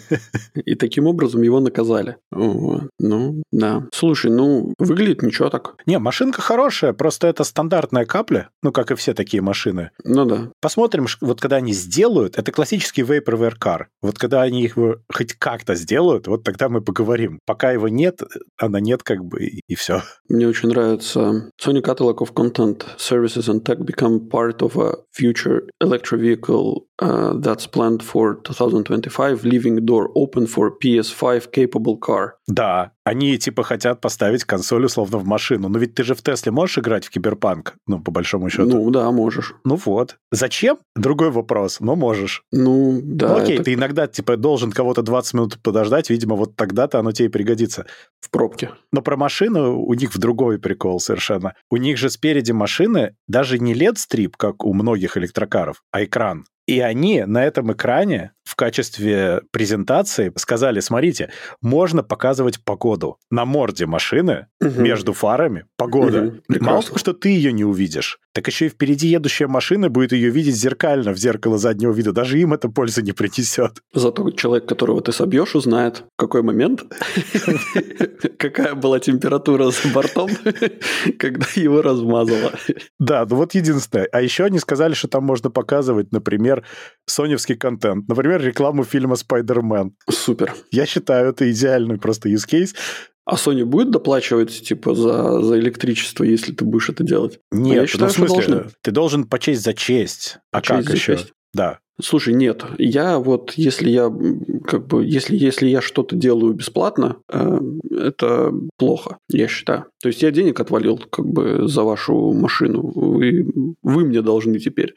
И таким образом его наказали. Ну, да. Слушай, ну, выглядит ничего так. Не, машинка хорошая, просто это стандартная капля, ну, как и все такие машины. Ну, да. Посмотрим, вот когда они сделают, это классический vaporware car. Вот когда они его хоть как-то сделают, вот тогда мы поговорим. Пока его нет, она нет как бы, и все. Мне очень нравится Sony Catalog of Content, Services and Tech become part of a future electric vehicle uh, that's planned for twenty twenty-five, leaving door open for пи эс пять capable car. Да, они типа хотят поставить консоль условно в машину. Но ведь ты же в Тесле можешь играть в Киберпанк? Ну, по большому счету. Ну, да, можешь. Ну вот. Зачем? Другой вопрос, но можешь. Ну, да. Ну, окей, это... ты иногда типа должен кого-то двадцать минут подождать, видимо, вот тогда-то оно тебе и пригодится. В пробке. Но про машину у них в другой прикол совершенно. У них же спереди машины даже не эл и ди-стрип, как у многих электрокаров, а экран. И они на этом экране в качестве презентации сказали, смотрите, можно показывать погоду. На морде машины, угу. между фарами, погода. Угу. Мало того, что ты ее не увидишь, так еще и впереди едущая машина будет ее видеть зеркально в зеркало заднего вида. Даже им это пользы не принесет. Зато человек, которого ты собьешь, узнает, в какой момент, какая была температура за бортом, когда его размазало. Да, ну вот единственное. А еще они сказали, что там можно показывать, например, соневский контент. Например, рекламу фильма «Спайдермен». Супер. Я считаю, это идеальный просто use case. А Sony будет доплачивать, типа, за, за электричество, если ты будешь это делать? Нет, я считаю, ну, в смысле, что должны. Ты должен почесть за честь. А Почесть как за еще? честь. Да. Слушай, нет. Я вот, если я как бы, если, если я что-то делаю бесплатно, э, это плохо, я считаю. То есть я денег отвалил как бы за вашу машину. Вы, вы мне должны теперь.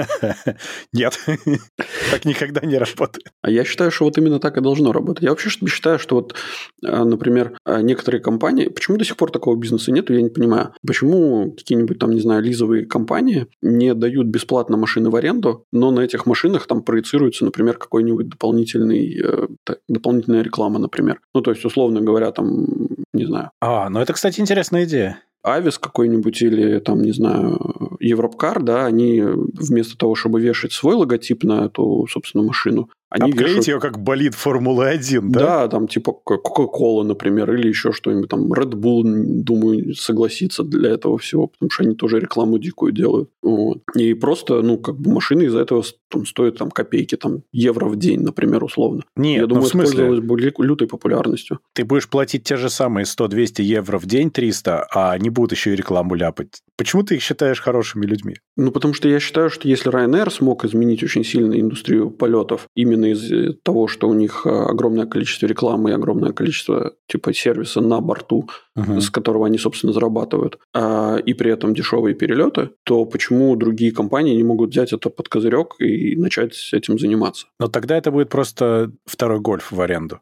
Нет, так никогда не работает. А я считаю, что вот именно так и должно работать. Я вообще считаю, что вот, например, некоторые компании... Почему до сих пор такого бизнеса нету, я не понимаю. Почему какие-нибудь там, не знаю, лизовые компании не дают бесплатно машины в аренду, но на этих машинах там проецируется, например, какой-нибудь дополнительный, дополнительная реклама, например. Ну, то есть, условно говоря, там, не знаю. А, ну это, кстати, интересная идея. Авис какой-нибудь или, там, не знаю, Европкар, да, они вместо того, чтобы вешать свой логотип на эту, собственно, машину, они обклеить вешают... ее как болид Формулы один, да? Да, там типа Кока-Кола, например, или еще что-нибудь. Там Red Bull, думаю, согласится для этого всего, потому что они тоже рекламу дикую делают. Вот. И просто, ну, как бы машины из-за этого там, стоят там, копейки, там, евро в день, например, условно. Нет, я думаю, ну, в смысле? это пользовалось бы лютой популярностью. Ты будешь платить те же самые сто-двести евро в день, триста, а они будут еще и рекламу ляпать. Почему ты их считаешь хорошими людьми? Ну, потому что я считаю, что если Ryanair смог изменить очень сильно индустрию полетов именно из того, что у них огромное количество рекламы и огромное количество типа сервиса на борту, uh-huh. с которого они, собственно, зарабатывают, а, и при этом дешевые перелеты, то почему другие компании не могут взять это под козырек и начать этим заниматься? Но тогда это будет просто второй гольф в аренду.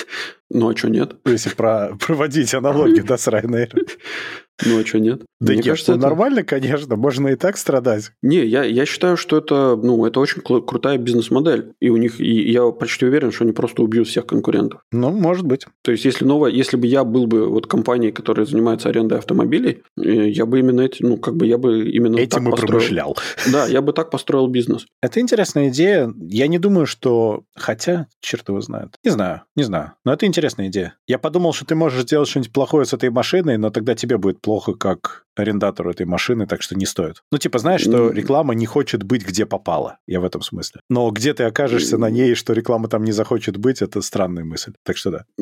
Ну, а что нет? Если про- проводить аналогию, да, с Ryanair. Ну, а что нет? Да нет, кажется, это нормально, конечно, можно и так страдать. Не, я, я считаю, что это, ну, это очень кру- крутая бизнес-модель. И у них, и я почти уверен, что они просто убьют всех конкурентов. Ну, может быть. То есть, если новая, если бы я был бы вот компанией, которая занимается арендой автомобилей, я бы именно эти, ну, как бы я бы именно этим так и построил. промышлял. Да, я бы так построил бизнес. Это интересная идея. Я не думаю, что... Хотя, черт его знает. Не знаю, не знаю. Но это интересная идея. Я подумал, что ты можешь сделать что-нибудь плохое с этой машиной, но тогда тебе будет плохо как арендатору этой машины, так что не стоит. Ну, типа, знаешь, что реклама не хочет быть где попало. Я в этом смысле. Но где ты окажешься на ней, что реклама там не захочет быть, это странная мысль. Так что да.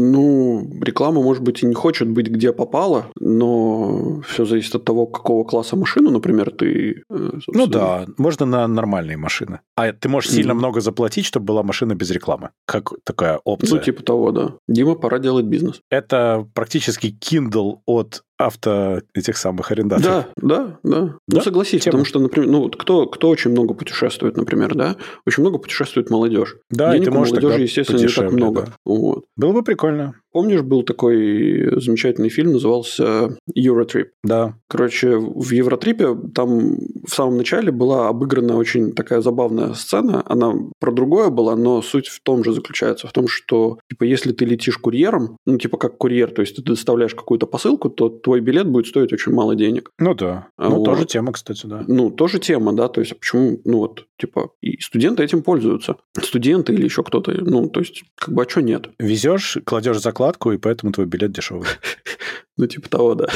Ну, реклама, может быть, и не хочет быть где попало, но все зависит от того, какого класса машину, например, ты... Собственно... Ну да, можно на нормальные машины. А ты можешь сильно mm-hmm. много заплатить, чтобы была машина без рекламы. Как такая опция. Ну, типа того, да. Дима, пора делать бизнес. Это практически Kindle от авто этих самых арендаторов. Да, да, да. да? Ну, согласись, Тема. потому что, например, ну, вот кто, кто очень много путешествует, например, да? Очень много путешествует молодежь. Да, денег и ты можешь у молодежи, тогда естественно, не так много. Да. Вот. Было бы прикольно. Помнишь, был такой замечательный фильм, назывался Eurotrip? Да. Короче, в Евротрипе там в самом начале была обыграна очень такая забавная сцена. Она про другое была, но суть в том же заключается, в том, что, типа, если ты летишь курьером, ну, типа, как курьер, то есть ты доставляешь какую-то посылку, то твой билет будет стоить очень мало денег. Ну, да. Ну, вот. тоже тема, кстати, да. Ну, тоже тема, да, то есть, почему, ну, вот, типа, и студенты этим пользуются. Студенты или еще кто-то, ну, то есть, как бы, а что нет? Везешь, кладешь закладку, и поэтому твой билет дешевый. Ну, типа того, да.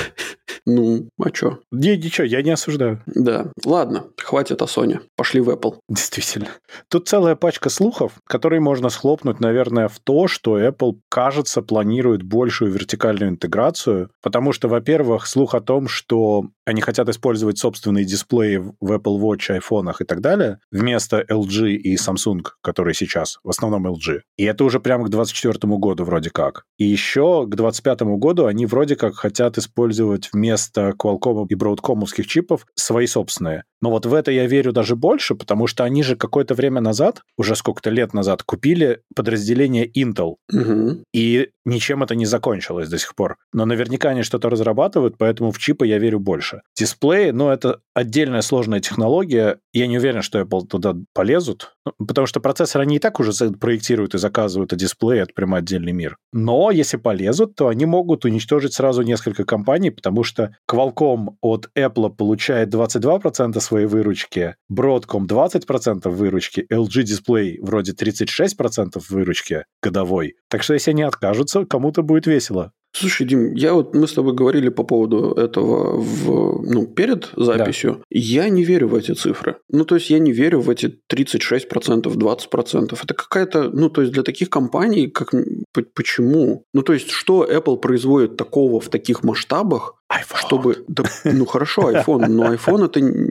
Ну, а что? Не, ничего, я не осуждаю. Да. Ладно, хватит о Sony. Пошли в Apple. Действительно. Тут целая пачка слухов, которые можно схлопнуть, наверное, в то, что Apple, кажется, планирует большую вертикальную интеграцию, потому что, во-первых, слух о том, что они хотят использовать собственные дисплеи в Apple Watch, айфонах и так далее, вместо эл джи и Samsung, которые сейчас, в основном эл джи. И это уже прямо к двадцать четвёртому году вроде как. И еще к двадцать пятому году они вроде как хотят использовать вместо Qualcomm и Broadcom'овских чипов свои собственные. Но вот в это я верю даже больше, потому что они же какое-то время назад, уже сколько-то лет назад, купили подразделение Intel. Угу. И ничем это не закончилось до сих пор. Но наверняка они что-то разрабатывают, поэтому в чипы я верю больше. Дисплеи, ну, это отдельная сложная технология. Я не уверен, что Apple туда полезут, потому что процессоры они и так уже проектируют и заказывают, а дисплеи — это прямо отдельный мир. Но если полезут, то они могут уничтожить сразу несколько компаний, потому что Qualcomm от Apple получает двадцать два процента своей выручки, Broadcom двадцать процентов выручки, эл джи Display вроде тридцать шесть процентов выручки годовой. Так что если они откажутся, кому-то будет весело. Слушай, Дим, я вот мы с тобой говорили по поводу этого в, ну, перед записью. Да. Я не верю в эти цифры. Ну, то есть, я не верю в эти тридцать шесть процентов, двадцать процентов. Это какая-то, ну, то есть, для таких компаний, как почему? Ну, то есть, что Apple производит такого в таких масштабах, iPhone. Чтобы... Да, ну, хорошо, iPhone, но iPhone это...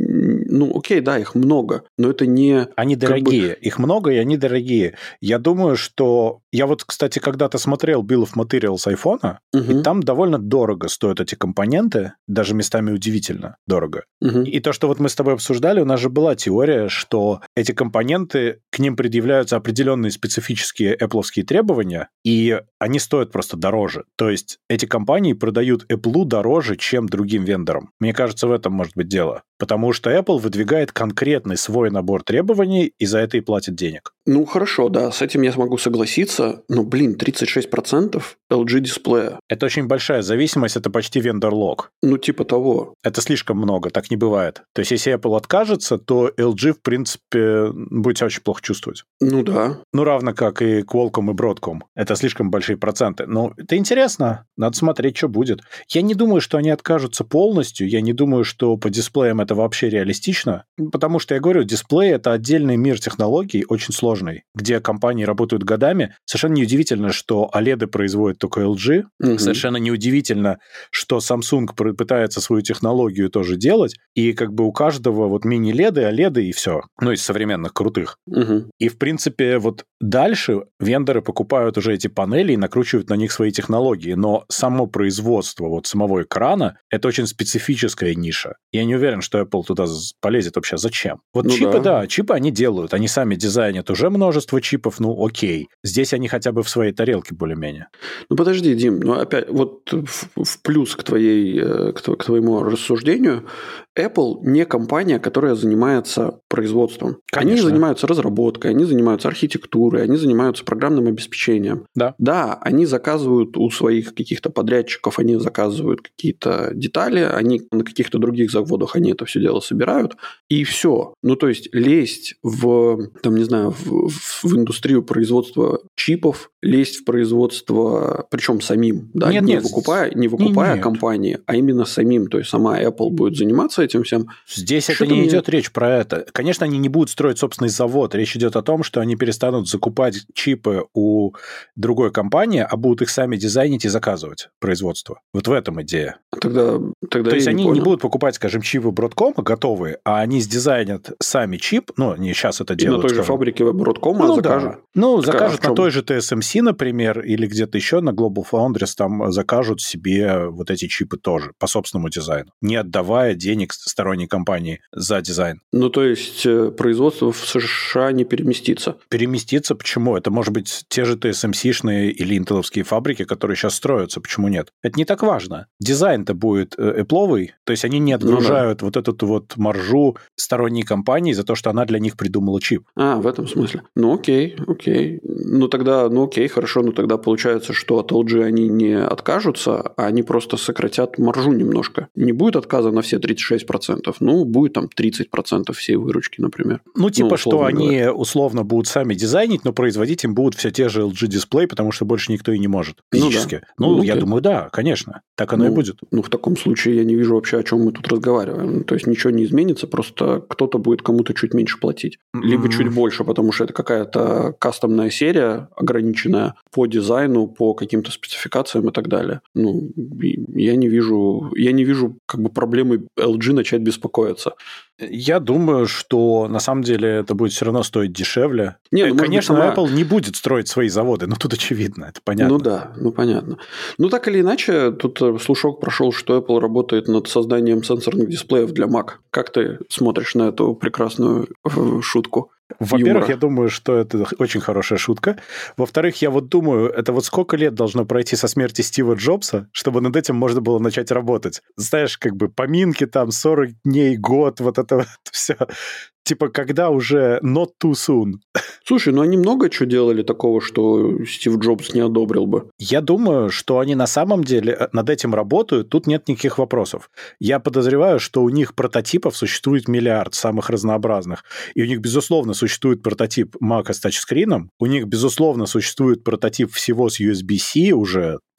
ну, окей, да, их много, но это не... Они дорогие, бы... их много, и они дорогие. Я думаю, что... Я вот, кстати, когда-то смотрел Bill of Materials айфона, угу. и там довольно дорого стоят эти компоненты, даже местами удивительно дорого. Угу. И то, что вот мы с тобой обсуждали, у нас же была теория, что эти компоненты, к ним предъявляются определенные специфические Apple-овские требования, и они стоят просто дороже. То есть эти компании продают Apple дороже, чем другим вендорам. Мне кажется, в этом может быть дело. Потому что Apple выдвигает конкретный свой набор требований, и за это и платит денег. Ну, хорошо, да, с этим я смогу согласиться, но, блин, тридцать шесть процентов эл джи дисплея. Это очень большая зависимость, это почти вендор-лок. Ну, типа того. Это слишком много, так не бывает. То есть, если Apple откажется, то эл джи, в принципе, будет себя очень плохо чувствовать. Ну, да. Ну, равно как и Qualcomm и Broadcom. Это слишком большие проценты. Но это интересно, надо смотреть, что будет. Я не думаю, что они откажутся полностью, я не думаю, что по дисплеям это вообще реалистично, потому что, я говорю, дисплей — это отдельный мир технологий, очень сложный, где компании работают годами. Совершенно неудивительно, что о лед производит только эл джи. Mm-hmm. Совершенно неудивительно, что Samsung пытается свою технологию тоже делать, и как бы у каждого вот мини-леды, о леды и все. Ну, из современных крутых. Mm-hmm. И, в принципе, вот дальше вендоры покупают уже эти панели и накручивают на них свои технологии, но само производство вот самого экрана — это очень специфическая ниша. Я не уверен, что Apple туда полезет вообще. Зачем? Вот ну чипы, да. да, чипы они делают. Они сами дизайнят уже множество чипов, ну окей. Здесь они хотя бы в своей тарелке более-менее. Ну подожди, Дим, ну опять вот в, в плюс к, твоей, к, к твоему рассуждению, Apple не компания, которая занимается производством. Конечно. Они занимаются разработкой, они занимаются архитектурой, они занимаются программным обеспечением. Да. Да, они заказывают у своих каких-то подрядчиков, они заказывают какие-то детали, они на каких-то других заводах они это все дело собирают, и все. Ну, то есть лезть в, там, не знаю, в, в индустрию производства чипов, лезть в производство, причем самим, да, нет, не нет. выкупая, не выкупая нет. компании, а именно самим, то есть сама Apple будет заниматься этим всем. Здесь что это не мне... идет речь про это. Конечно, они не будут строить собственный завод. Речь идет о том, что они перестанут закупать чипы у другой компании, а будут их сами дизайнить и заказывать производство. Вот в этом идея. Тогда, тогда то есть не они понял. не будут покупать, скажем, чипы Broadcom готовые, а они сдизайнят сами чип, ну, не сейчас это и делают. на той скажем. же фабрике Broadcom ну, закажут. Да. Ну, так, закажут а на той же ти эс эм си, например, или где-то еще на Global Foundries, там закажут себе вот эти чипы тоже по собственному дизайну, не отдавая денег сторонней компании за дизайн. Ну, то есть производство в США не переместится? Переместится, почему? Это может быть те же ти эс эм си-шные или интеловские фабрики, которые сейчас строятся, почему нет? Это не так важно. Дизайн-то будет Apple-овый, то есть они не отгружают ну, да. вот эту вот маржу сторонней компании за то, что она для них придумала чип. А, в этом смысле. Ну, окей, окей. Ну, тогда, ну, окей, хорошо, но тогда получается, что от эл джи они не откажутся, а они просто сократят маржу немножко. Не будет отказа на все тридцать шесть процентов, ну, будет там тридцать процентов всей выручки, например. Ну, типа, ну, что они говоря. условно будут сами дизайнить, но производить им будут все те же эл джи-дисплей, потому что больше никто и не может физически. Ну, да. ну, ну я думаю, да, конечно. Так оно ну, и будет. Ну, в таком случае я не вижу вообще, о чем мы тут разговариваем. То есть ничего не изменится, просто кто-то будет кому-то чуть меньше платить. Либо mm-hmm. чуть больше, потому что это какая-то кастомная серия, ограниченная по дизайну, по каким-то спецификациям и так далее. Ну, я не вижу, я не вижу как бы проблемы эл джи начать беспокоиться. Я думаю, что на самом деле это будет все равно стоить дешевле. Не, ну, конечно, быть, сама... Apple не будет строить свои заводы, но тут очевидно, это понятно. Ну да, ну понятно. Ну так или иначе, тут слушок прошел, что Apple работает над созданием сенсорных дисплеев для Mac. Как ты смотришь на эту прекрасную шутку? Во-первых, юмора. Я думаю, что это очень хорошая шутка. Во-вторых, я вот думаю, это вот сколько лет должно пройти со смерти Стива Джобса, чтобы над этим можно было начать работать. Знаешь, как бы поминки там, сорок дней, год, вот это вот все. Типа, когда уже not too soon. Слушай, ну они много чего делали такого, что Стив Джобс не одобрил бы. Я думаю, что они на самом деле над этим работают, тут нет никаких вопросов. Я подозреваю, что у них прототипов существует миллиард самых разнообразных. И у них, безусловно, существует прототип Mac с тачскрином, у них, безусловно, существует прототип всего с ю эс би-C уже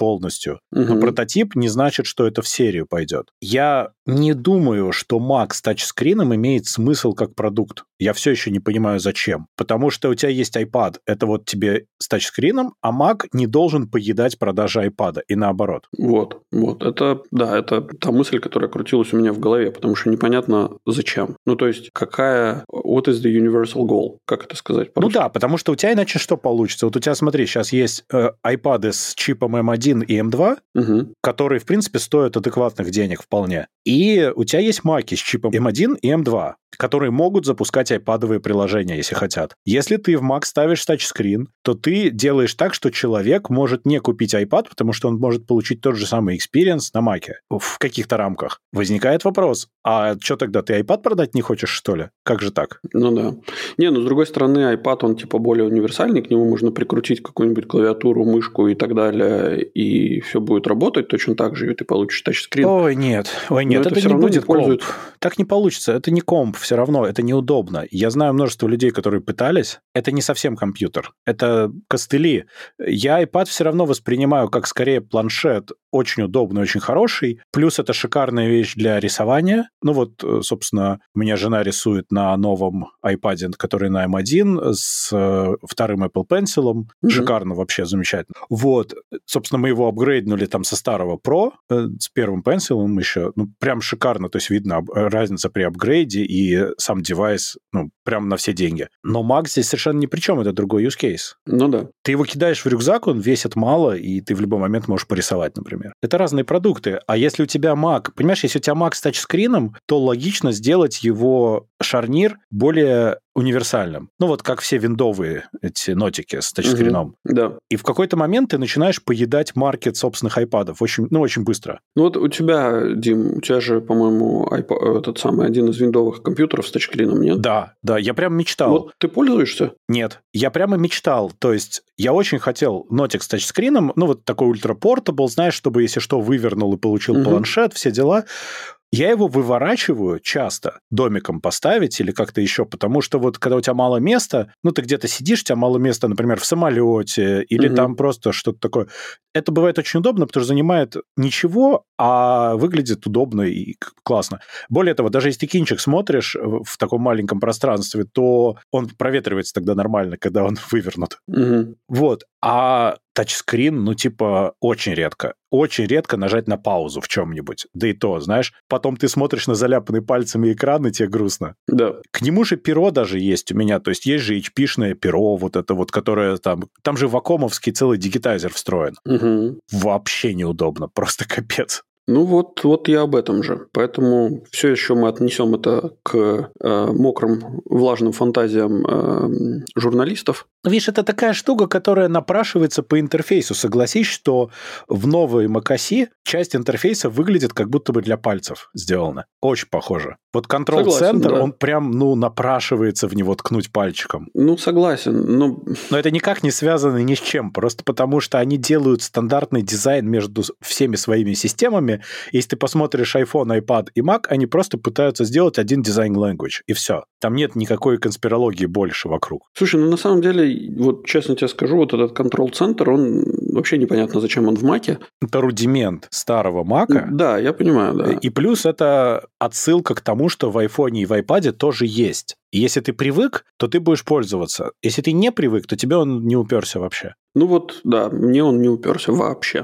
полностью. Угу. Но прототип не значит, что это в серию пойдет. Я не думаю, что Mac с тачскрином имеет смысл как продукт. Я все еще не понимаю, зачем. Потому что у тебя есть iPad, это вот тебе с тачскрином, а Mac не должен поедать продажи iPad, и наоборот. Вот, вот. Это, да, это та мысль, которая крутилась у меня в голове, потому что непонятно, зачем. Ну, то есть, какая... What is the universal goal? Как это сказать по-русски? Ну да, потому что у тебя иначе что получится? Вот у тебя, смотри, сейчас есть э, iPad с чипом эм один и эм два, угу. которые, в принципе, стоят адекватных денег вполне. И у тебя есть Mac с чипом эм один и эм два, которые могут запускать айпадовые приложения, если хотят. Если ты в Mac ставишь тачскрин, то ты делаешь так, что человек может не купить iPad, потому что он может получить тот же самый experience на Mac в каких-то рамках. Возникает вопрос, а что тогда, ты iPad продать не хочешь, что ли? Как же так? Ну да. Не, ну с другой стороны, iPad, он типа более универсальный, к нему можно прикрутить какую-нибудь клавиатуру, мышку и так далее, и все будет работать точно так же, и ты получишь тачскрин. Ой, нет, ой, нет, это, это не будет комп. Так не получится, это не комп. Все равно это неудобно. Я знаю множество людей, которые пытались. Это не совсем компьютер. Это костыли. Я iPad все равно воспринимаю как скорее планшет, очень удобный, очень хороший. Плюс это шикарная вещь для рисования. Ну вот, собственно, у меня жена рисует на новом iPad, который на эм один, с вторым Apple Pencil. Mm-hmm. Шикарно, вообще замечательно. Вот, собственно, мы его апгрейднули там со старого Pro, с первым Pencil еще. Ну, прям шикарно. То есть видно разница при апгрейде и сам девайс, ну, прям на все деньги. Но Mac здесь совершенно ни при чем, это другой use case. Ну да. Ты его кидаешь в рюкзак, он весит мало, и ты в любой момент можешь порисовать, например. Это разные продукты. А если у тебя Mac, понимаешь, если у тебя Mac с тачскрином, то логично сделать его шарнир более универсальным. Ну, вот как все виндовые эти нотики с тачскрином. Угу, да. И в какой-то момент ты начинаешь поедать маркет собственных айпадов. Очень, ну, очень быстро. Ну, вот у тебя, Дим, у тебя же, по-моему, iPod, этот самый один из виндовых компьютеров с тачскрином, нет? Да, да, я прям мечтал. Вот ты пользуешься? Нет, я прямо мечтал. То есть я очень хотел нотик с тачскрином, ну, вот такой ультра-портабл, знаешь, чтобы, если что, вывернул и получил угу. планшет, все дела. Я его выворачиваю часто, домиком поставить или как-то еще, потому что вот когда у тебя мало места, ну, ты где-то сидишь, у тебя мало места, например, в самолете или угу. там просто что-то такое. Это бывает очень удобно, потому что занимает ничего, а выглядит удобно и классно. Более того, даже если ты кинчик смотришь в таком маленьком пространстве, то он проветривается тогда нормально, когда он вывернут. Угу. Вот. А тачскрин, ну, типа, очень редко. Очень редко нажать на паузу в чем-нибудь. Да и то, знаешь, потом ты смотришь на заляпанный пальцами экран, и тебе грустно. Да. К нему же перо даже есть у меня. То есть есть же эйч пи-шное перо, вот это вот, которое там... Там же вакомовский целый дигитайзер встроен. Угу. Вообще неудобно. Просто капец. Ну вот, вот я об этом же. Поэтому все еще мы отнесем это к э, мокрым, влажным фантазиям э, журналистов. Видишь, это такая штука, которая напрашивается по интерфейсу. Согласись, что в новой macOS часть интерфейса выглядит как будто бы для пальцев сделана. Очень похоже. Вот Control Center, да. Он прям, ну, напрашивается в него ткнуть пальчиком. Ну, согласен. Но... но это никак не связано ни с чем. Просто потому, что они делают стандартный дизайн между всеми своими системами. Если ты посмотришь iPhone, iPad и Mac, они просто пытаются сделать один design language, и все. Там нет никакой конспирологии больше вокруг. Слушай, ну на самом деле, вот честно тебе скажу, вот этот контрол-центр, он вообще непонятно, зачем он в Mac'е. Это рудимент старого Mac'а. Да, я понимаю, да. И плюс это отсылка к тому, что в iPhone и в iPad тоже есть. И если ты привык, то ты будешь пользоваться. Если ты не привык, то тебе он не уперся вообще. Ну вот, да, мне он не уперся вообще.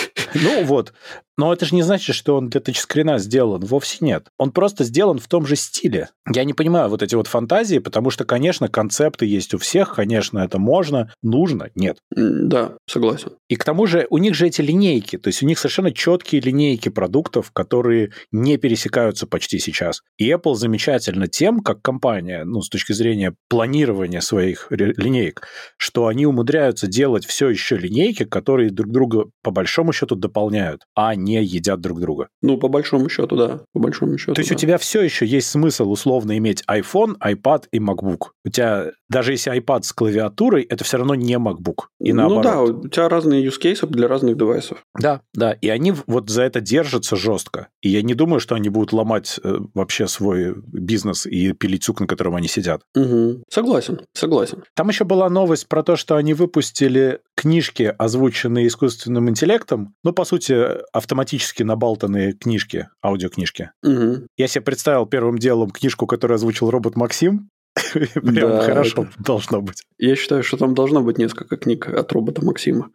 Ну вот. Но это же не значит, что он для тачскрина сделан. Вовсе нет. Он просто сделан в том же стиле. Я не понимаю вот эти вот фантазии, потому что, конечно, концепты есть у всех, конечно, это можно, нужно, нет. Да, согласен. И к тому же у них же эти линейки, то есть у них совершенно четкие линейки продуктов, которые не пересекаются почти сейчас. И Apple замечательно тем, как компания, ну, с точки зрения планирования своих линеек, что они умудряются делать все еще линейки, которые друг друга по большому счету дополняют, а не едят друг друга. Ну, по большому счету, да. По большому счету, То есть да. у тебя все еще есть смысл условно иметь iPhone, iPad и MacBook. У тебя даже если iPad с клавиатурой, это все равно не MacBook. И наоборот. Ну да, у тебя разные use cases для разных девайсов. Да, да, и они вот за это держатся жестко. И я не думаю, что они будут ломать э, вообще свой бизнес и пилить сук, на котором они сидят. Угу. Согласен, согласен. Там еще была новость про то, что они выпустили книжки, озвученные искусственным интеллектом, ну, по сути, автоматически набалтанные книжки, аудиокнижки. Угу. Я себе представил первым делом книжку, которую озвучил робот Максим. Прям да, хорошо это... должно быть. Я считаю, что там должно быть несколько книг от робота Максима.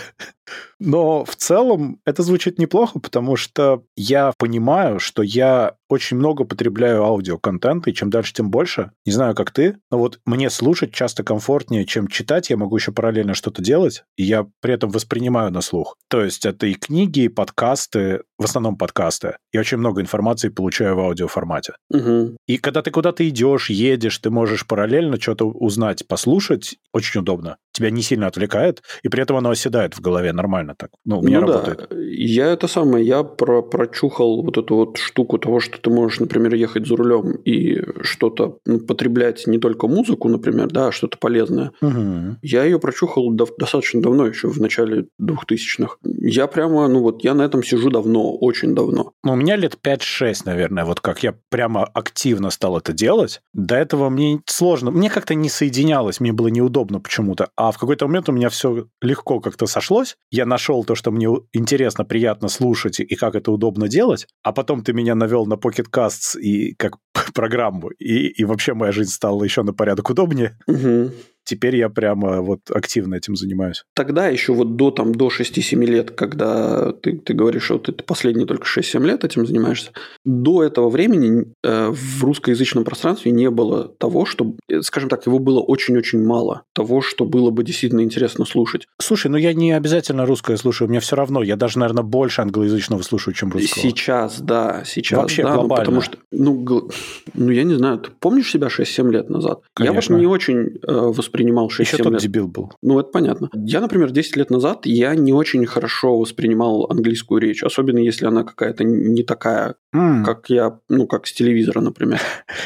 Но в целом это звучит неплохо, потому что я понимаю, что я очень много потребляю аудиоконтента, и чем дальше, тем больше. Не знаю, как ты, но вот мне слушать часто комфортнее, чем читать. Я могу еще параллельно что-то делать, и я при этом воспринимаю на слух. То есть это и книги, и подкасты, в основном подкасты. Я очень много информации получаю в аудиоформате. Угу. И когда ты куда-то идешь, едешь, ты можешь параллельно что-то узнать, послушать. Очень удобно. Тебя не сильно отвлекает, и при этом оно оседает в голове нормально так. Ну, у меня ну работает. Да. Я это самое, я про прочухал вот эту вот штуку того, что ты можешь, например, ехать за рулем и что-то ну, потреблять не только музыку, например, да, а что-то полезное. Угу. Я ее прочухал дов- достаточно давно, еще в начале двухтысячных. Я прямо, ну вот, я на этом сижу давно, очень давно. Ну, у меня лет пять-шесть, наверное, вот как я прямо активно стал это делать. До этого мне сложно, мне как-то не соединялось, мне было неудобно почему-то. А в какой-то момент у меня все легко как-то сошлось. Я нашел то, что мне интересно, приятно слушать и как это удобно делать. А потом ты меня навел на Pocket Casts и как программу. И, и вообще моя жизнь стала еще на порядок удобнее. Угу. Теперь я прямо вот активно этим занимаюсь. Тогда еще вот до, там, до шести-семи лет, когда ты, ты говоришь, что ты последние только шесть-семь лет этим занимаешься, до этого времени э, в русскоязычном пространстве не было того, что, скажем так, его было очень-очень мало, того, что было бы действительно интересно слушать. Слушай, ну я не обязательно русское слушаю, мне все равно, я даже, наверное, больше англоязычного слушаю, чем русского. Сейчас, да, сейчас. Вообще да, глобально. Ну, потому что, ну, гл... ну, я не знаю, ты помнишь себя шесть-семь лет назад? Конечно. Я вот не очень э, воспринимал шесть-семь Еще тот лет. дебил был. Ну, это понятно. Я, например, десять лет назад я не очень хорошо воспринимал английскую речь, особенно если она какая-то не такая, mm. как я, ну, как с телевизора, например.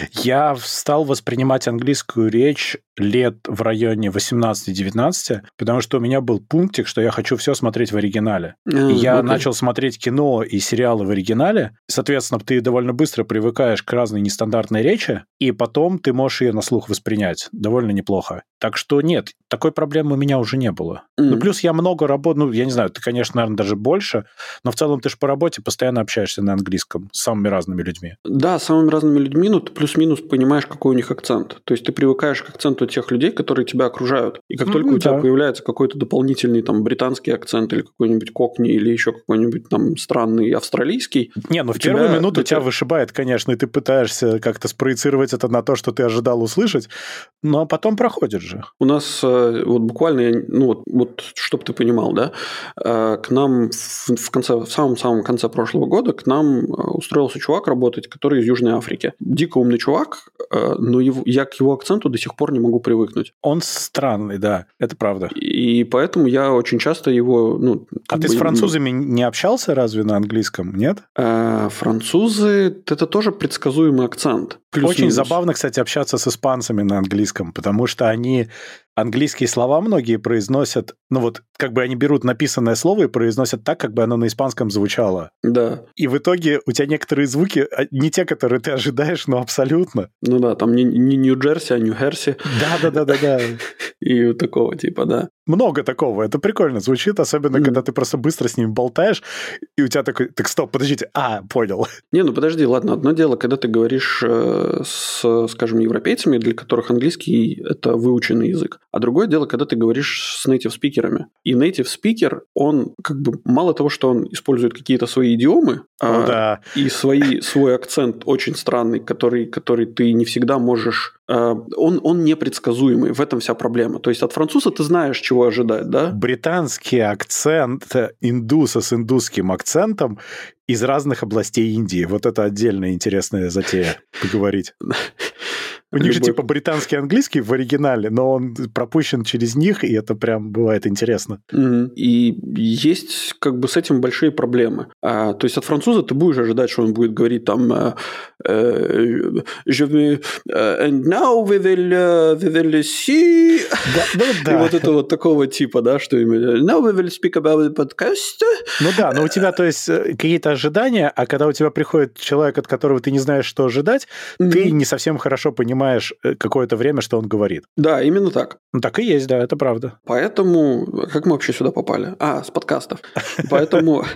Я стал воспринимать английскую речь лет в районе восемнадцати-девятнадцати, потому что у меня был пунктик, что я хочу все смотреть в оригинале. Mm, и я okay. начал смотреть кино и сериалы в оригинале. Соответственно, ты довольно быстро привыкаешь к разной нестандартной речи, и потом ты можешь ее на слух воспринять довольно неплохо. Так что нет, такой проблемы у меня уже не было. Mm. Ну, плюс я много работаю, ну, я не знаю, ты, конечно, наверное, даже больше, но в целом ты же по работе постоянно общаешься на английском с самыми разными людьми. Да, с самыми разными людьми, но ты плюс-минус понимаешь, какой у них акцент. То есть ты привыкаешь к акценту тех людей, которые тебя окружают. И как mm, только у да. тебя появляется какой-то дополнительный там британский акцент или какой-нибудь кокни, или еще какой-нибудь там странный австралийский... Не, ну в тебя, первую минуту тебя вышибает, конечно, и ты пытаешься как-то спроецировать это на то, что ты ожидал услышать, но потом проходит же. У нас вот буквально, ну вот, вот чтобы ты понимал, да, к нам в, в конце, в самом-самом конце прошлого года к нам устроился чувак работать, который из Южной Африки. Дико умный чувак, но его, я к его акценту до сих пор не могу привыкнуть. Он странный, да, это правда. И поэтому я очень часто его... Ну, а ты бы, с французами не общался разве на английском, нет? Э, французы – это тоже предсказуемый акцент. Очень забавно, кстати, общаться с испанцами на английском, потому что они... Английские слова многие произносят, ну вот, как бы они берут написанное слово и произносят так, как бы оно на испанском звучало. Да. И в итоге у тебя некоторые звуки не те, которые ты ожидаешь, но абсолютно. Ну да, там не, не Нью-Джерси, а Нью-Херси. Да-да-да-да-да. И такого типа, да. Много такого. Это прикольно звучит, особенно mm. когда ты просто быстро с ним болтаешь, и у тебя такой, так стоп, подождите, а, понял. Не, ну подожди, ладно, одно дело, когда ты говоришь э, с, скажем, европейцами, для которых английский – это выученный язык, а другое дело, когда ты говоришь с native-спикерами. И native-спикер, он как бы мало того, что он использует какие-то свои идиомы, О, а, да. и свои, свой акцент очень странный, который, который ты не всегда можешь... Э, он, он непредсказуемый, в этом вся проблема. То есть от француза ты знаешь, чего ожидать, да? Британский акцент индуса с индусским акцентом из разных областей Индии. Вот это отдельная интересная затея поговорить. У них же типа британский английский в оригинале, но он пропущен через них, и это прям бывает интересно. И есть как бы с этим большие проблемы. А, то есть от француза ты будешь ожидать, что он будет говорить там «Je vais... And now we will, we will see...» Да, ну, да. И вот это вот такого типа, да, что именно «Now we will speak about the podcast». Ну да, но у тебя, то есть, какие-то ожидания, а когда у тебя приходит человек, от которого ты не знаешь, что ожидать, mm-hmm. ты не совсем хорошо понимаешь какое-то время, что он говорит. Да, именно так. Ну так и есть, да, это правда. Поэтому... Как мы вообще сюда попали? А, с подкастов. Поэтому,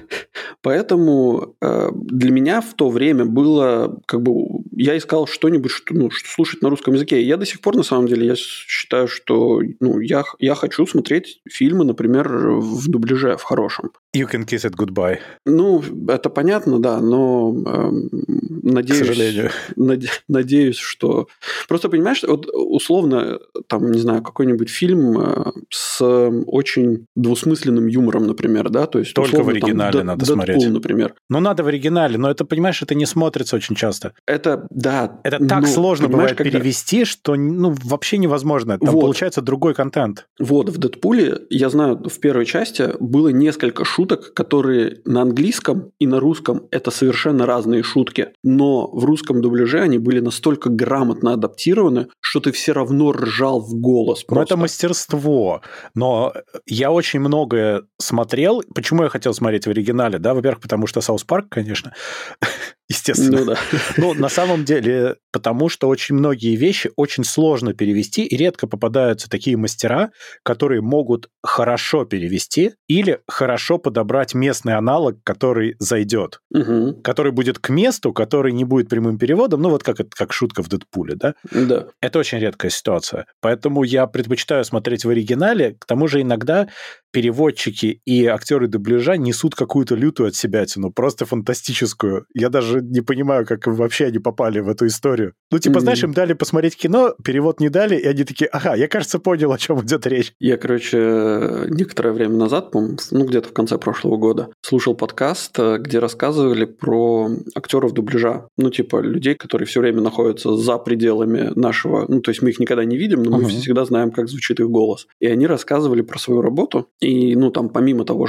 поэтому для меня в то время было... как бы я искал что-нибудь, что, ну, что слушать на русском языке. Я до сих пор, на самом деле, я считаю, что ну, я, я хочу смотреть фильмы, например, в дубляже, в хорошем. You can kiss it goodbye. Ну, это понятно, да, но э, надеюсь... К сожалению. Наде, надеюсь, что... Просто, понимаешь, вот условно, там, не знаю, какой-нибудь фильм э, с очень двусмысленным юмором, например, да? То есть, только условно, в оригинале там, надо Дэдпул, смотреть. Например. Ну, надо в оригинале, но это, понимаешь, это не смотрится очень часто. Это, да. Это так ну, сложно бывает когда... перевести, что ну, вообще невозможно. Там вот. получается другой контент. Вот, в «Дэдпуле», я знаю, в первой части было несколько шуток, которые на английском и на русском это совершенно разные шутки. Но в русском дубляже они были настолько грамотно адаптированы, что ты все равно ржал в голос просто. Ну, это мастерство. Но я очень многое смотрел. Почему я хотел смотреть в оригинале? Да, во-первых, потому что «Саус Парк», конечно, естественно. Ну, да. Но на самом деле, потому что очень многие вещи очень сложно перевести, и редко попадаются такие мастера, которые могут хорошо перевести или хорошо подобрать местный аналог, который зайдет, угу. который будет к месту, который не будет прямым переводом, ну вот как, как шутка в «Дэдпуле», да? Да. Это очень редкая ситуация. Поэтому я предпочитаю смотреть в оригинале. К тому же иногда переводчики и актеры дубляжа несут какую-то лютую отсебятину, просто фантастическую. Я даже не понимаю, как вообще они попали в эту историю. Ну, типа, mm-hmm. знаешь, им дали посмотреть кино, перевод не дали, и они такие, ага, я, кажется, понял, о чем идет речь. Я, короче, некоторое время назад, по-моему, ну, где-то в конце прошлого года, слушал подкаст, где рассказывали про актеров дубляжа. Ну, типа, людей, которые все время находятся за пределами нашего... Ну, то есть мы их никогда не видим, но мы uh-huh. всегда знаем, как звучит их голос. И они рассказывали про свою работу. И, ну, там, помимо того,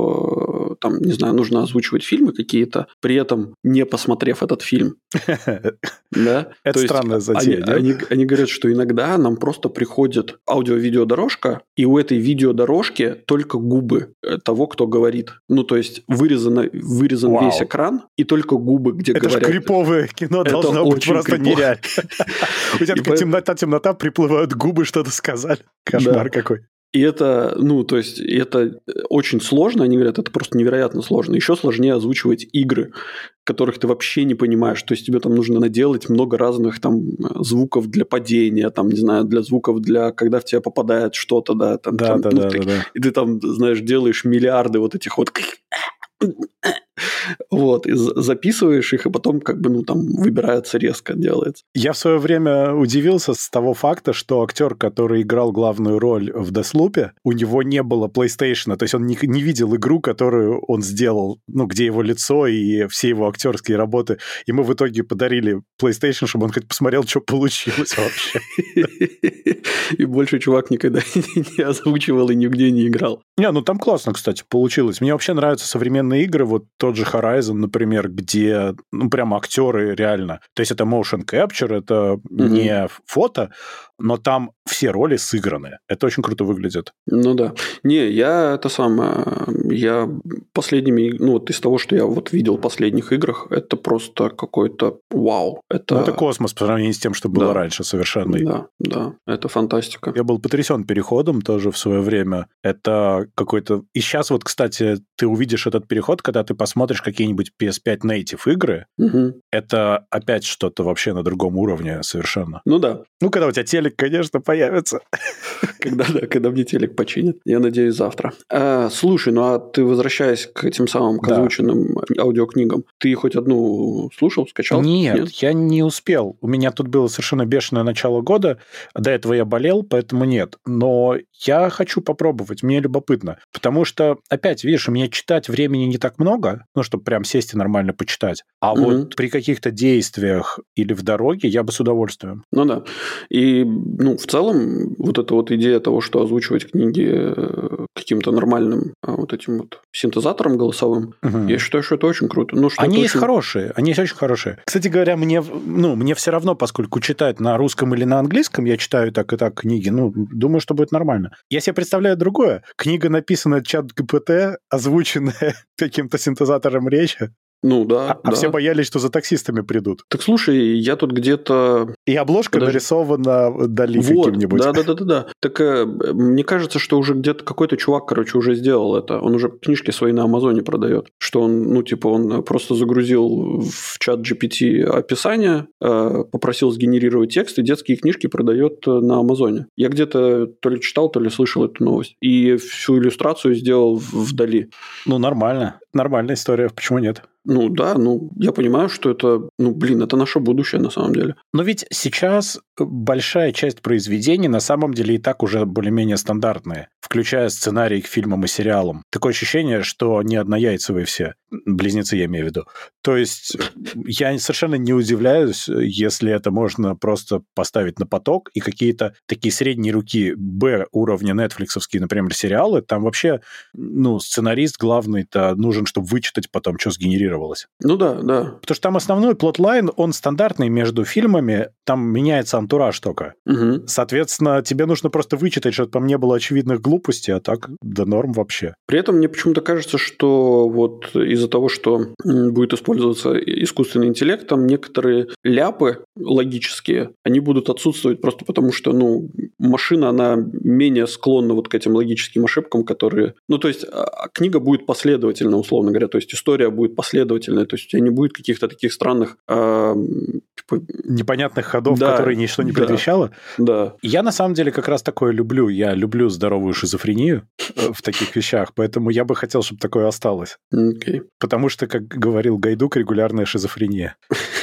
что, там, не знаю, нужно озвучивать фильмы какие-то, при этом не посмотрев этот фильм. Да? Это странная затея. Они говорят, что иногда нам просто приходит аудио-видеодорожка, и у этой видеодорожки только губы того, кто говорит. Ну, то есть вырезано, вырезан Вау. весь экран, и только губы, где это говорят. Это ж криповое кино это должно быть просто крипово. Нереально. У тебя такая темнота, темнота, приплывают губы, что-то сказали. Кошмар какой. И это, ну, то есть, это очень сложно, они говорят, это просто невероятно сложно. Еще сложнее озвучивать игры, которых ты вообще не понимаешь. То есть, тебе там нужно наделать много разных там звуков для падения, там, не знаю, для звуков для, когда в тебя попадает что-то, да. Там, да, там, да, ну, да, ты, да, да. И ты там, знаешь, делаешь миллиарды вот этих вот... Вот, и записываешь их, и потом как бы, ну, там выбирается резко, делается. Я в свое время удивился с того факта, что актер, который играл главную роль в Deathloop, у него не было PlayStation, то есть он не, не видел игру, которую он сделал, ну, где его лицо и все его актерские работы. Ему в итоге подарили PlayStation, чтобы он хоть посмотрел, что получилось вообще. И больше чувак никогда не озвучивал и нигде не играл. Не, ну там классно, кстати, получилось. Мне вообще нравятся современные игры, вот тот же Horizon, например, где, ну, прям актеры реально. То есть это motion capture, это mm-hmm. не фото, но там все роли сыграны. Это очень круто выглядит. Ну да. Не, я это самое... Я последними... Ну вот из того, что я вот видел в последних играх, это просто какой-то вау. Это, ну, это космос по сравнению с тем, что было да. раньше совершенно. Да, да. Это фантастика. Я был потрясен переходом тоже в свое время. Это какой-то... И сейчас вот, кстати, ты увидишь этот переход, когда ты посмотришь какие-нибудь пи эс пять Native игры. Угу. Это опять что-то вообще на другом уровне совершенно. Ну да. Ну, когда у тебя телек, конечно, появится. Когда, да, когда мне телек починят. Я надеюсь, завтра. А, слушай, ну а ты, возвращаясь к этим самым к озвученным да. аудиокнигам, ты хоть одну слушал, скачал? Нет, Нет, я не успел. У меня тут было совершенно бешеное начало года. До этого я болел, поэтому нет. Но я хочу попробовать, мне любопытно. Потому что, опять, видишь, у меня читать времени не так много, ну, чтобы прям сесть и нормально почитать. А Мгм. вот при каких-то действиях или в дороге я бы с удовольствием. Ну да. И, ну, в целом, вот эта вот идея того, что озвучивать книги э, каким-то нормальным а, вот этим вот синтезатором голосовым, Мгм. я считаю, что это очень круто. Ну, что Они это есть очень... хорошие, они есть очень хорошие. Кстати говоря, мне, ну, мне все равно, поскольку читать на русском или на английском, я читаю так и так книги, ну, думаю, что будет нормально. Я себе представляю другое. Книга, написанная чат джи пи ти, озвученная каким-то синтезатором речи, Ну а, да, а да. все боялись, что за таксистами придут. Так слушай, я тут где-то... И обложка Подожди. нарисована Дали Вот, каким-нибудь. да-да-да-да. Так э, мне кажется, что уже где-то какой-то чувак, короче, уже сделал это. Он уже книжки свои на Амазоне продает. Что он, ну, типа, он просто загрузил в чат джи пи ти описание, э, попросил сгенерировать текст, и детские книжки продает на Амазоне. Я где-то то ли читал, то ли слышал эту новость. И всю иллюстрацию сделал в, в Дали. Ну, нормально. Нормальная история, почему нет? Ну да, ну я понимаю, что это, ну блин, это наше будущее на самом деле. Но ведь сейчас большая часть произведений на самом деле и так уже более-менее стандартные, включая сценарий к фильмам и сериалам. Такое ощущение, что они однояйцевые все. Близнецы, я имею в виду. То есть я совершенно не удивляюсь, если это можно просто поставить на поток, и какие-то такие средние руки Б-уровня нетфликсовские, например, сериалы, там вообще, ну, сценарист главный-то нужен, чтобы вычитать потом, что сгенерировалось. Ну да, да. Потому что там основной плотлайн, он стандартный между фильмами, там меняется антураж только. Угу. Соответственно, тебе нужно просто вычитать, чтобы там не было очевидных глупостей, а так да норм вообще. При этом мне почему-то кажется, что вот из-за того, что будет использоваться искусственный интеллект, там некоторые ляпы логические, они будут отсутствовать просто потому, что, ну, машина, она менее склонна вот к этим логическим ошибкам, которые... Ну, то есть, книга будет последовательна, условно говоря, то есть, история будет последовательная, то есть, у тебя не будет каких-то таких странных... Э, типа... непонятных ходов, да, которые ничто не да, предвещало. Да. Я, на самом деле, как раз такое люблю. Я люблю здоровую шизофрению в таких вещах, поэтому я бы хотел, чтобы такое осталось. Okay. Потому что, как говорил Гайдук, регулярная шизофрения.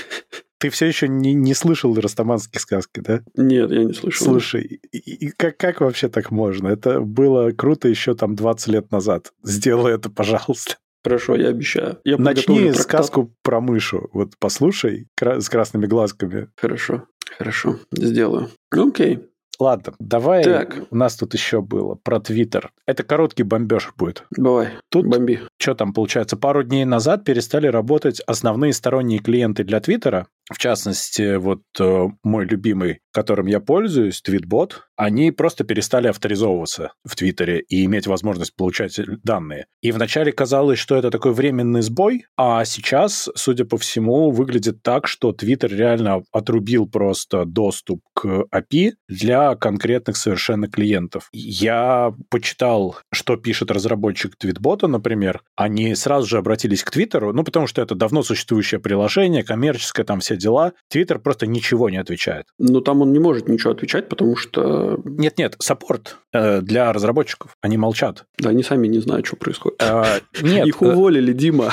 Ты все еще не, не слышал растаманские сказки, да? Нет, я не слышал. Слушай, и, и как, как вообще так можно? Это было круто еще там двадцать лет назад. Сделай это, пожалуйста. Хорошо, я обещаю. Я Начни сказку про мышу. Вот послушай кра- с красными глазками. Хорошо, хорошо, сделаю. Окей. Ладно, давай. Так. У нас тут еще было про Твиттер. Это короткий бомбеж будет. Давай, тут бомби. Что там получается? Пару дней назад перестали работать основные сторонние клиенты для Твиттера. В частности, вот э, мой любимый, которым я пользуюсь, Твитбот, они просто перестали авторизовываться в Твиттере и иметь возможность получать данные. И вначале казалось, что это такой временный сбой, а сейчас, судя по всему, выглядит так, что Твиттер реально отрубил просто доступ к эй пи ай для конкретных совершенно клиентов. Я почитал, что пишет разработчик Твитбота, например. Они сразу же обратились к Твиттеру, ну, потому что это давно существующее приложение, коммерческое, там все дела. Твиттер просто ничего не отвечает. Ну, там он не может ничего отвечать, потому что... Нет-нет, саппорт э, для разработчиков. Они молчат. Да, они сами не знают, что происходит. Э, нет. Их уволили, Дима.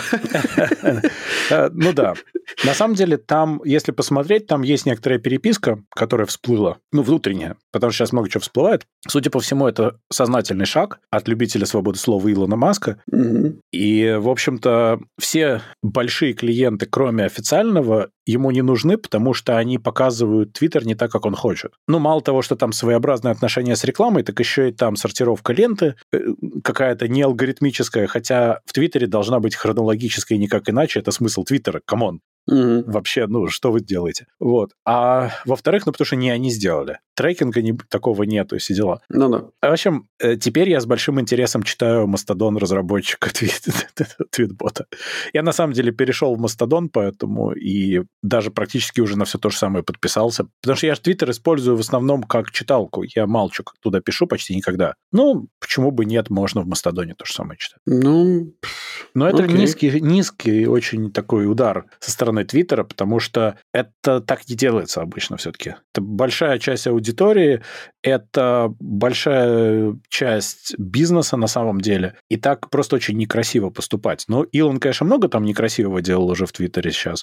Ну да. На самом деле, там, если посмотреть, там есть некоторая переписка, которая всплыла, ну, внутренняя, потому что сейчас много чего всплывает. Судя по всему, это сознательный шаг от любителя свободы слова Илона Маска. Угу. И, в общем-то, все большие клиенты, кроме официального, ему не нужны, потому что они показывают Твиттер не так, как он хочет. Ну, мало того, что там своеобразное отношение с рекламой, так еще и там сортировка ленты какая-то не алгоритмическая, хотя в Твиттере должна быть хронологическая никак иначе. Это смысл Твиттера, камон. Угу. Вообще, ну, что вы делаете? Вот. А во-вторых, ну, потому что не они сделали. Трекинга не, такого нету, все дела. Ну да. В общем, теперь я с большим интересом читаю Мастодон разработчика Твитбота. Я, на самом деле, перешел в Мастодон, поэтому и даже практически уже на все то же самое подписался. Потому что я же Твиттер использую в основном как читалку. Я мальчик туда пишу почти никогда. Ну, почему бы нет, можно в Мастодоне то же самое читать. Ну... Но это окей. низкий, низкий очень такой удар со стороны Твиттера, потому что это так не делается обычно все-таки. Это большая часть аудитории, это большая часть бизнеса на самом деле, и так просто очень некрасиво поступать. Ну, Илон, конечно, много там некрасивого делал уже в Твиттере сейчас,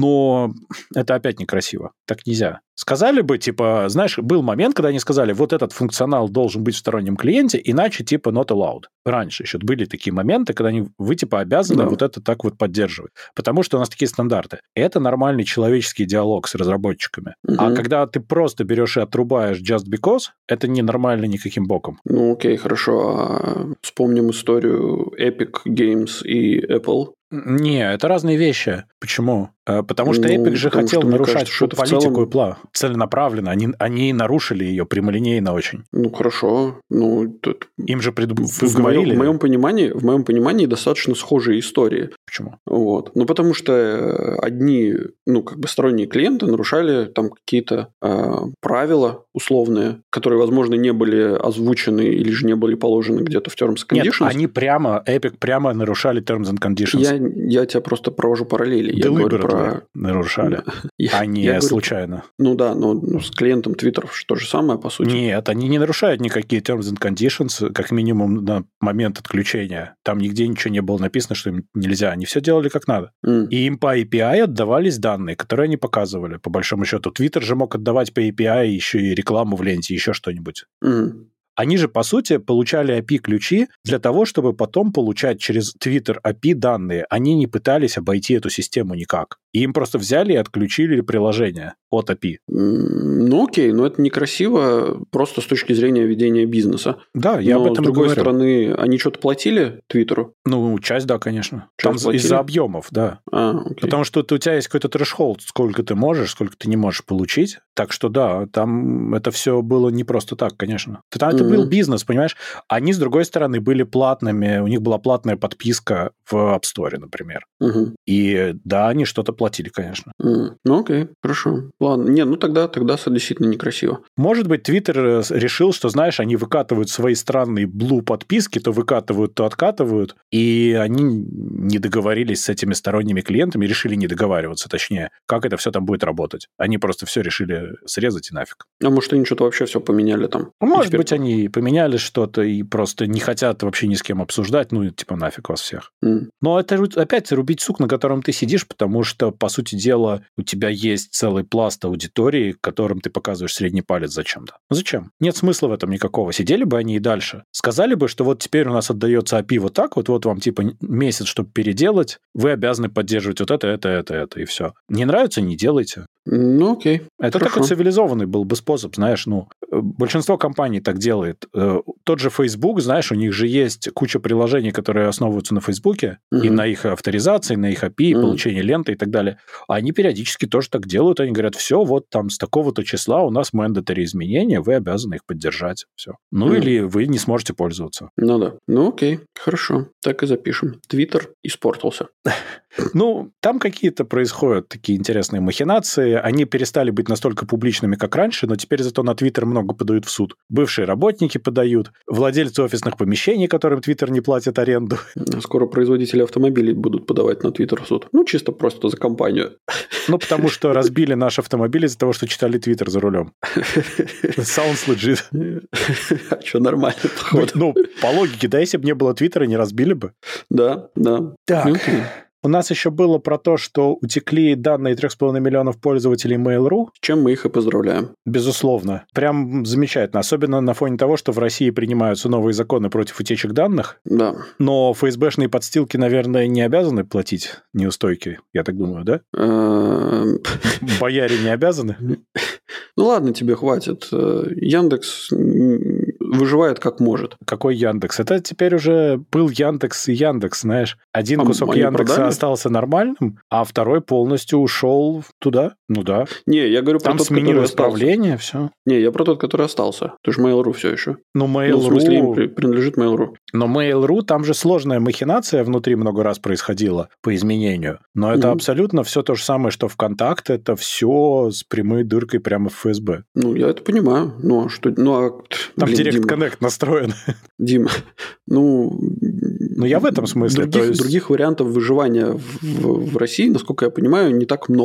но это опять некрасиво. Так нельзя. Сказали бы, типа, знаешь, был момент, когда они сказали, вот этот функционал должен быть в стороннем клиенте, иначе, типа, not allowed. Раньше еще были такие моменты, когда они, вы, типа, обязаны да. вот это так вот поддерживать. Потому что у нас такие стандарты. Это нормальный человеческий диалог с разработчиками. Угу. А когда ты просто берешь и отрубаешь just because, это не нормально никаким боком. Ну, окей, хорошо. А вспомним историю Epic Games и Apple. Не, это разные вещи. Почему? Потому что Epic ну, же хотел что, нарушать кажется, политику целом... и пла. Целенаправленно. Они, они нарушили ее прямолинейно очень. Ну, хорошо. Ну, тут... Им же пред... в, в, моем, в, моем понимании, в моем понимании достаточно схожие истории. Почему? Вот. Ну, потому что одни, ну, как бы сторонние клиенты нарушали там какие-то э, правила условные, которые, возможно, не были озвучены или же не были положены где-то в Terms and Conditions. Нет, они прямо, Epic прямо нарушали Terms and Conditions. Я, я тебя просто провожу параллели. Я говорю про... нарушали, а не случайно. Ну да, но ну, с клиентом Твиттеров то же самое, по сути. Нет, они не нарушают никакие Terms and Conditions, как минимум на момент отключения. Там нигде ничего не было написано, что им нельзя. Они все делали как надо. Mm. И им по эй пи ай отдавались данные, которые они показывали, по большому счету. Твиттер же мог отдавать по эй пи ай еще и рекламу в ленте, еще что-нибудь. Mm. Они же, по сути, получали эй пи ай-ключи для того, чтобы потом получать через Twitter эй пи ай данные. Они не пытались обойти эту систему никак. И им просто взяли и отключили приложение от эй пи ай. Ну, окей, но это некрасиво просто с точки зрения ведения бизнеса. Да, я но, об этом с другой говорю. стороны, они что-то платили Твиттеру? Ну, часть, да, конечно. Часть Там из-за объемов, да. А, окей. Потому что у тебя есть какой-то трэш-холд, сколько ты можешь, сколько ты не можешь получить. Так что, да, там это все было не просто так, конечно. Там это был бизнес, понимаешь? Они, с другой стороны, были платными, у них была платная подписка в App Store, например. Угу. И да, они что-то платили, конечно. Mm. Ну, окей, хорошо. Ладно, не, ну тогда, тогда действительно некрасиво. Может быть, Twitter решил, что, знаешь, они выкатывают свои странные блу-подписки, то выкатывают, то откатывают, и они не договорились с этими сторонними клиентами, решили не договариваться, точнее, как это все там будет работать. Они просто все решили срезать и нафиг. А может, они что-то вообще все поменяли там? Может быть, они поменяли что-то и просто не хотят вообще ни с кем обсуждать, ну, типа, нафиг вас всех. Mm. Но это опять рубить сук, на котором ты сидишь, потому что, по сути дела, у тебя есть целый пласт аудитории, которым ты показываешь средний палец зачем-то. Зачем? Нет смысла в этом никакого. Сидели бы они и дальше. Сказали бы, что вот теперь у нас отдается эй пи ай вот так, вот, вот вам типа месяц, чтобы переделать, вы обязаны поддерживать вот это, это, это, это, и все. Не нравится, не делайте. Ну, окей. Это Хорошо. такой цивилизованный был бы способ, знаешь, ну, большинство компаний так делает. Тот же Facebook, знаешь, у них же есть куча приложений, которые основываются на Фейсбуке, uh-huh. и на их авторизации, на их эй пи ай, uh-huh. получении ленты и так далее. Они периодически тоже так делают. Они говорят, все, вот там с такого-то числа у нас mandatory изменения, вы обязаны их поддержать. Все. Ну, uh-huh. или вы не сможете пользоваться. Ну да. Ну, окей. Хорошо. Так и запишем. Твиттер испортился. Ну, там какие-то происходят такие интересные махинации. Они перестали быть настолько публичными, как раньше, но теперь зато на Твиттер много подают в суд. Бывшие работники подают, владельцы офисных помещений, которым Твиттер не платит аренду. Скоро производители автомобилей будут подавать на Твиттер в суд. Ну, чисто просто за компанию. Ну, потому что разбили наш автомобиль из-за того, что читали Твиттер за рулем. Sounds legit. А что, нормально, походу. Ну, по логике, да, если бы не было Твиттера, не разбили бы. Да, да. Так. У нас еще было про то, что утекли данные трех с половиной миллионов пользователей Mail.ru. С чем мы их и поздравляем. Безусловно. Прям замечательно. Особенно на фоне того, что в России принимаются новые законы против утечек данных. Да. Но эф эс бэ-шные подстилки, наверное, не обязаны платить неустойки, я так думаю, да? Бояре не обязаны? Ну ладно, тебе хватит. Яндекс выживает как может. Какой Яндекс? Это теперь уже был Яндекс и Яндекс, знаешь. Один а кусок Яндекса продали? Остался нормальным, а второй полностью ушел туда. Ну да. Не, я говорю про Там тот, сменилось который правление, остался. все. Не, я про тот, который остался. Ты же Mail.ru все еще. Ну, Mail.ru... Ну, в смысле, им принадлежит Mail.ru. Но Mail.ru, там же сложная махинация внутри много раз происходила по изменению. Но это mm-hmm. абсолютно все то же самое, что ВКонтакте. Это все с прямой дыркой прямо в эф эс бэ. Ну, я это понимаю. Ну, а что... Ну, а... Там Direct Connect настроен. Дима, ну... Ну, я в этом смысле. Других, то есть... других вариантов выживания в, в, в России, насколько я понимаю, не так много.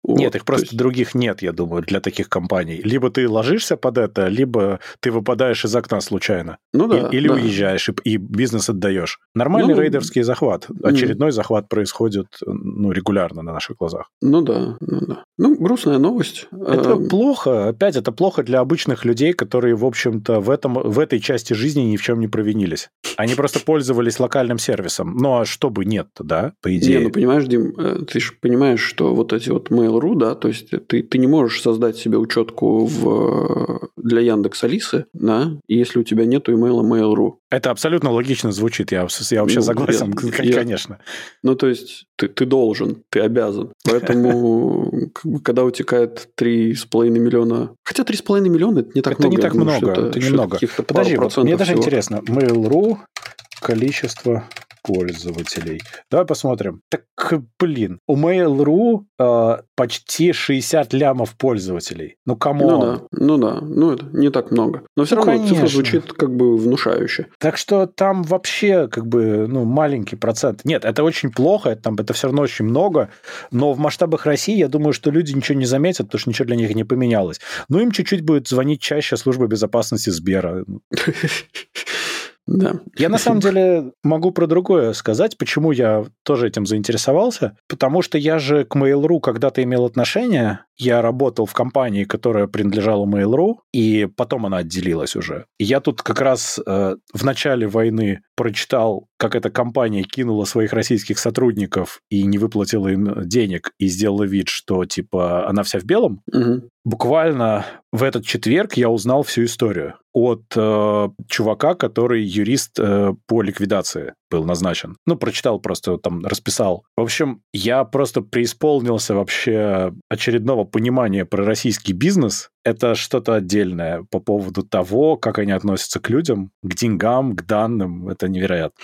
Нет, Вот, их просто есть... других нет, я думаю, для таких компаний. Либо ты ложишься под это, либо ты выпадаешь из окна случайно. Ну да, и, или да. уезжаешь, и, и бизнес отдаешь. Нормальный ну, рейдерский захват. м- Очередной захват происходит ну, регулярно на наших глазах. Ну да, ну да. Ну, грустная новость. Это плохо. Опять, это плохо для обычных людей, которые, в общем-то, в, этом, в этой части жизни ни в чем не провинились. Они просто пользовались локальным сервисом. Ну, а что бы нет-то, да, по идее? Не, ну, понимаешь, Дим, ты же понимаешь, что вот эти вот Mail.ru, да, то есть ты, ты не можешь создать себе учетку в, для Яндекс.Алисы, да, если у тебя нету имейла Mail.ru. Это абсолютно логично звучит, я, я вообще ну, согласен, я, конечно. Я, ну, то есть ты, ты должен, ты обязан. Поэтому, как бы, когда утекает три с половиной миллиона... Хотя три с половиной миллиона – это не так это много. не так думаю, много, это, это немного. Подожди, вот мне даже всего. интересно. Mail.ru, количество пользователей. Давай посмотрим. Так, блин, у Mail.ru э, почти шестьдесят лямов пользователей. Ну, камон. Ну да, ну да, ну это не так много. Но все ну, равно конечно. цифра звучит как бы внушающе. Так что там вообще как бы ну, маленький процент. Нет, это очень плохо, это, там, это все равно очень много, но в масштабах России я думаю, что люди ничего не заметят, потому что ничего для них не поменялось. Ну, им чуть-чуть будет звонить чаще служба безопасности Сбера. Да. Я на самом деле могу про другое сказать, почему я тоже этим заинтересовался. Потому что я же к Mail.ru когда-то имел отношение. Я работал в компании, которая принадлежала Mail.ru, и потом она отделилась уже. И я тут как раз э, в начале войны прочитал, как эта компания кинула своих российских сотрудников и не выплатила им денег, и сделала вид, что типа она вся в белом. Угу. Буквально в этот четверг я узнал всю историю от э, чувака, который юрист э, по ликвидации был назначен. Ну, прочитал просто, там, расписал. В общем, я просто преисполнился вообще очередного понимания про российский бизнес. Это что-то отдельное по поводу того, как они относятся к людям, к деньгам, к данным. Это невероятно.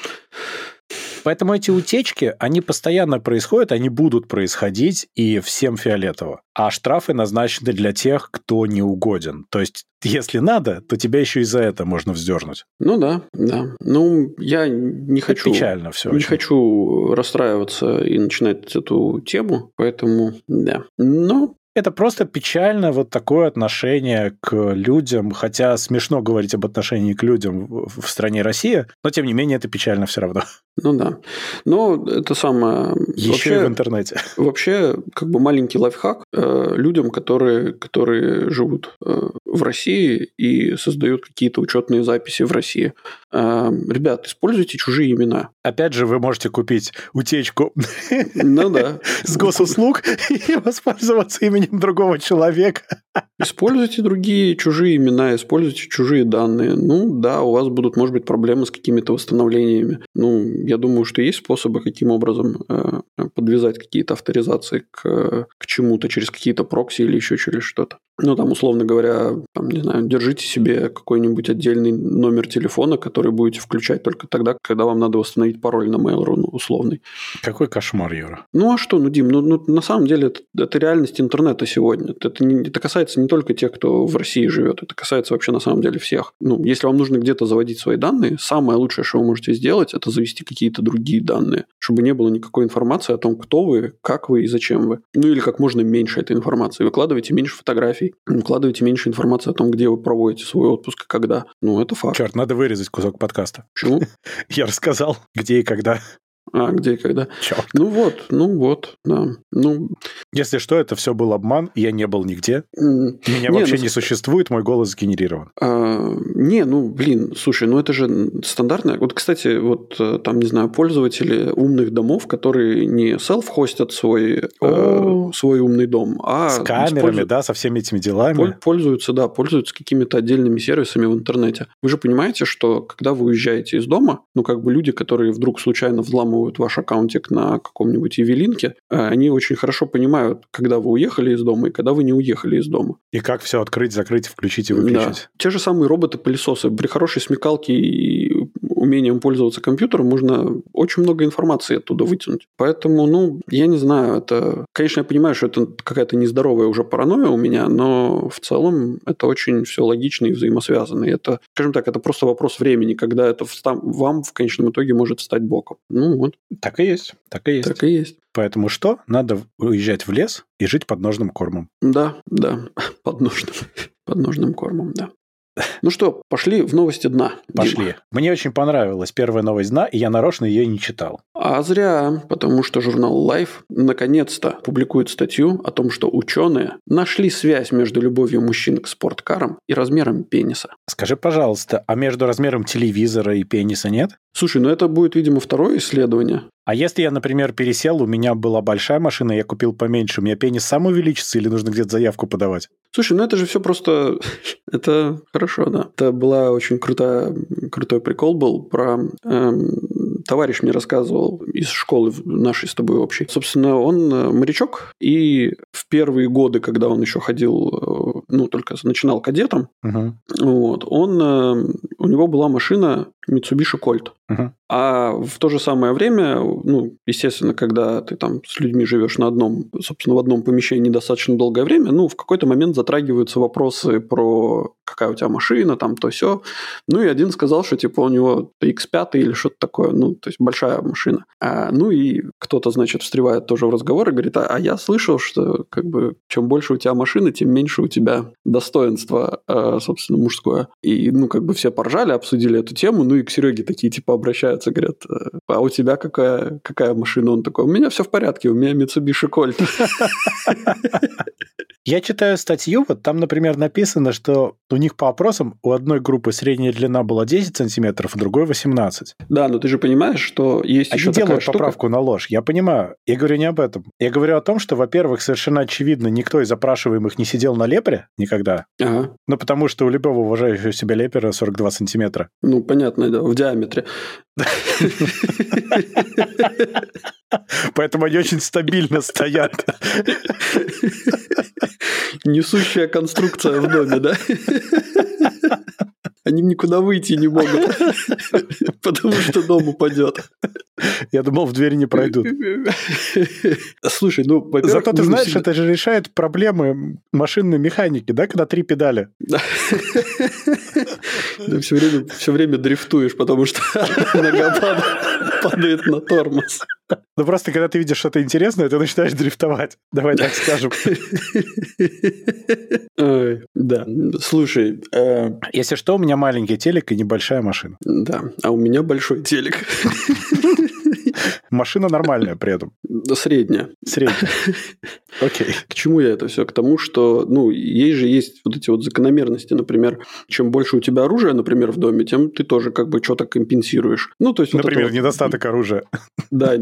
Поэтому эти утечки, они постоянно происходят, они будут происходить, и всем фиолетово. А штрафы назначены для тех, кто не угоден. То есть, если надо, то тебя еще и за это можно вздернуть. Ну да, да. Ну, я не это хочу... печально все. Не очень. хочу расстраиваться и начинать эту тему, поэтому да. Но... Это просто печально, вот такое отношение к людям, хотя смешно говорить об отношении к людям в, в стране Россия, но тем не менее это печально все равно. Ну да. Но это самое... Еще вообще, и в интернете. Вообще, как бы маленький лайфхак э, людям, которые, которые живут э, в России и создают какие-то учетные записи в России. Э, ребят, используйте чужие имена. Опять же, вы можете купить утечку ну, да. с госуслуг и воспользоваться именем другого человека. Используйте другие чужие имена, используйте чужие данные. Ну, да, у вас будут, может быть, проблемы с какими-то восстановлениями. Ну, я думаю, что есть способы, каким образом э, подвязать какие-то авторизации к, к чему-то через какие-то прокси или еще через что-то. Ну, там, условно говоря, там, не знаю, держите себе какой-нибудь отдельный номер телефона, который будете включать только тогда, когда вам надо восстановить пароль на Mail.ru, ну, условный. Какой кошмар, Юра. Ну, а что, ну, Дим, ну, ну на самом деле это, это реальность интернета сегодня. Это, не, это касается не только тех, кто в России живет, это касается вообще на самом деле всех. Ну, если вам нужно где-то заводить свои данные, самое лучшее, что вы можете сделать, это завести какие-то другие данные, чтобы не было никакой информации о том, кто вы, как вы и зачем вы. Ну, или как можно меньше этой информации. Выкладывайте меньше фотографий, выкладывайте меньше информации о том, где вы проводите свой отпуск и когда. Ну, это факт. Черт, надо вырезать кусок подкаста. Почему? Я рассказал, где и когда. А, где и когда. Черт. Ну вот, ну вот, да. Ну... Если что, это все был обман, я не был нигде. Меня не, вообще ну, не существует, мой голос сгенерирован. А, не, ну, блин, слушай, ну это же стандартно. Вот, кстати, вот там, не знаю, пользователи умных домов, которые не селф-хостят свой, э, свой умный дом, а... С камерами, да, со всеми этими делами. Пользуются, да, пользуются какими-то отдельными сервисами в интернете. Вы же понимаете, что когда вы уезжаете из дома, ну, как бы люди, которые вдруг случайно взламывают ваш аккаунтик на каком-нибудь Евелинке, они очень хорошо понимают, когда вы уехали из дома и когда вы не уехали из дома. И как все открыть, закрыть, включить и выключить. Да. Те же самые роботы-пылесосы. При хорошей смекалке и умением пользоваться компьютером можно очень много информации оттуда вытянуть. Поэтому, ну, я не знаю, это... Конечно, я понимаю, что это какая-то нездоровая уже паранойя у меня, но в целом это очень все логично и взаимосвязано. И это, скажем так, это просто вопрос времени, когда это вста... вам в конечном итоге может встать боком. Ну, вот. Так и есть. Так и есть. Так и есть. Поэтому что? Надо уезжать в лес и жить подножным кормом. Да, да, подножным, подножным кормом, да. Ну что, пошли в новости дна. Пошли. Дима. Мне очень понравилась первая новость дна, и я нарочно ее не читал. А зря, потому что журнал Life наконец-то публикует статью о том, что ученые нашли связь между любовью мужчин к спорткарам и размером пениса. Скажи, пожалуйста, а между размером телевизора и пениса нет? Слушай, ну это будет, видимо, второе исследование. А если я, например, пересел, у меня была большая машина, я купил поменьше, у меня пенис сам увеличится или нужно где-то заявку подавать? Слушай, ну это же все просто... это хорошо, да. Это была очень крутая, крутой прикол был про... Эм, товарищ мне рассказывал из школы нашей с тобой общей. Собственно, он морячок, и в первые годы, когда он еще ходил, ну, только начинал кадетом, угу. вот, он... у него была машина Mitsubishi Colt. Угу. А в то же самое время, ну, естественно, когда ты там с людьми живешь на одном, собственно, в одном помещении достаточно долгое время, ну, в какой-то момент затрагиваются вопросы про какая у тебя машина, там, то все. Ну, и один сказал, что, типа, у него икс пять или что-то такое, ну, то есть большая машина. А, ну, и кто-то, значит, встревает тоже в разговор и говорит, а, а я слышал, что, как бы, чем больше у тебя машины, тем меньше у тебя достоинства, а, собственно, мужское. И, ну, как бы все поржали, обсудили эту тему, ну, и к Сереге такие, типа, обращаются, говорят, а у тебя какая, какая машина? Он такой, у меня все в порядке, у меня Mitsubishi Colt. Я читаю статью, вот там, например, написано, что у них по опросам у одной группы средняя длина была десять сантиметров, у другой восемнадцать. Да, но ты же понимаешь, что есть Они еще такая делают штука. поправку на ложь, я понимаю. Я говорю не об этом. Я говорю о том, что, во-первых, совершенно очевидно, никто из опрашиваемых не сидел на лепре никогда. Ага. Ну, потому что у любого уважающего себя лепера сорок два сантиметра. Ну, понятно, да, в диаметре. Поэтому они очень стабильно стоят. Несущая конструкция в доме, да? Они никуда выйти не могут, потому что дом упадет. Я думал, в дверь не пройдут. Слушай, ну, во-первых... Зато ты знаешь, всегда... это же решает проблемы машинной механики, да, когда три педали. Да. Ты все время, все время дрифтуешь, потому что нога падает на тормоз. Ну, просто когда ты видишь что-то интересное, ты начинаешь дрифтовать. Давай так скажем. Ой, да. Слушай... Э... Если что, у меня маленький телек и небольшая машина. Да, а у меня большой телек. Машина нормальная при этом. Средняя. Средняя. Окей. К чему я это все? К тому, что, ну, есть же есть вот эти вот закономерности. Например, чем больше у тебя оружия, например, в доме, тем ты тоже как бы что-то компенсируешь. Ну, то есть... Например, вот недостаток оружия. Да.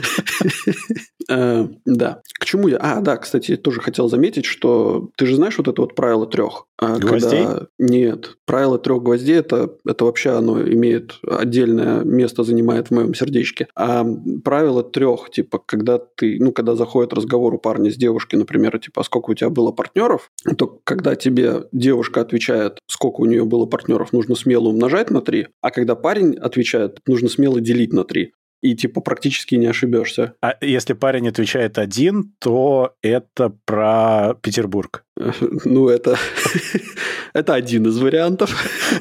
Да. К чему я? А, да, кстати, тоже хотел заметить, что ты же знаешь вот это вот правило трех. Гвоздей? Нет. Правило трех гвоздей, это вообще оно имеет отдельное место, занимает в моем сердечке. А правило трех, типа, когда ты, ну, когда заходит разговор у парня с девушкой, например, типа, сколько у тебя было партнеров, то когда тебе девушка отвечает, сколько у нее было партнеров, нужно смело умножать на три, а когда парень отвечает, нужно смело делить на три. И, типа, практически не ошибешься. А если парень отвечает один, то это про Петербург. Ну, это... это один из вариантов.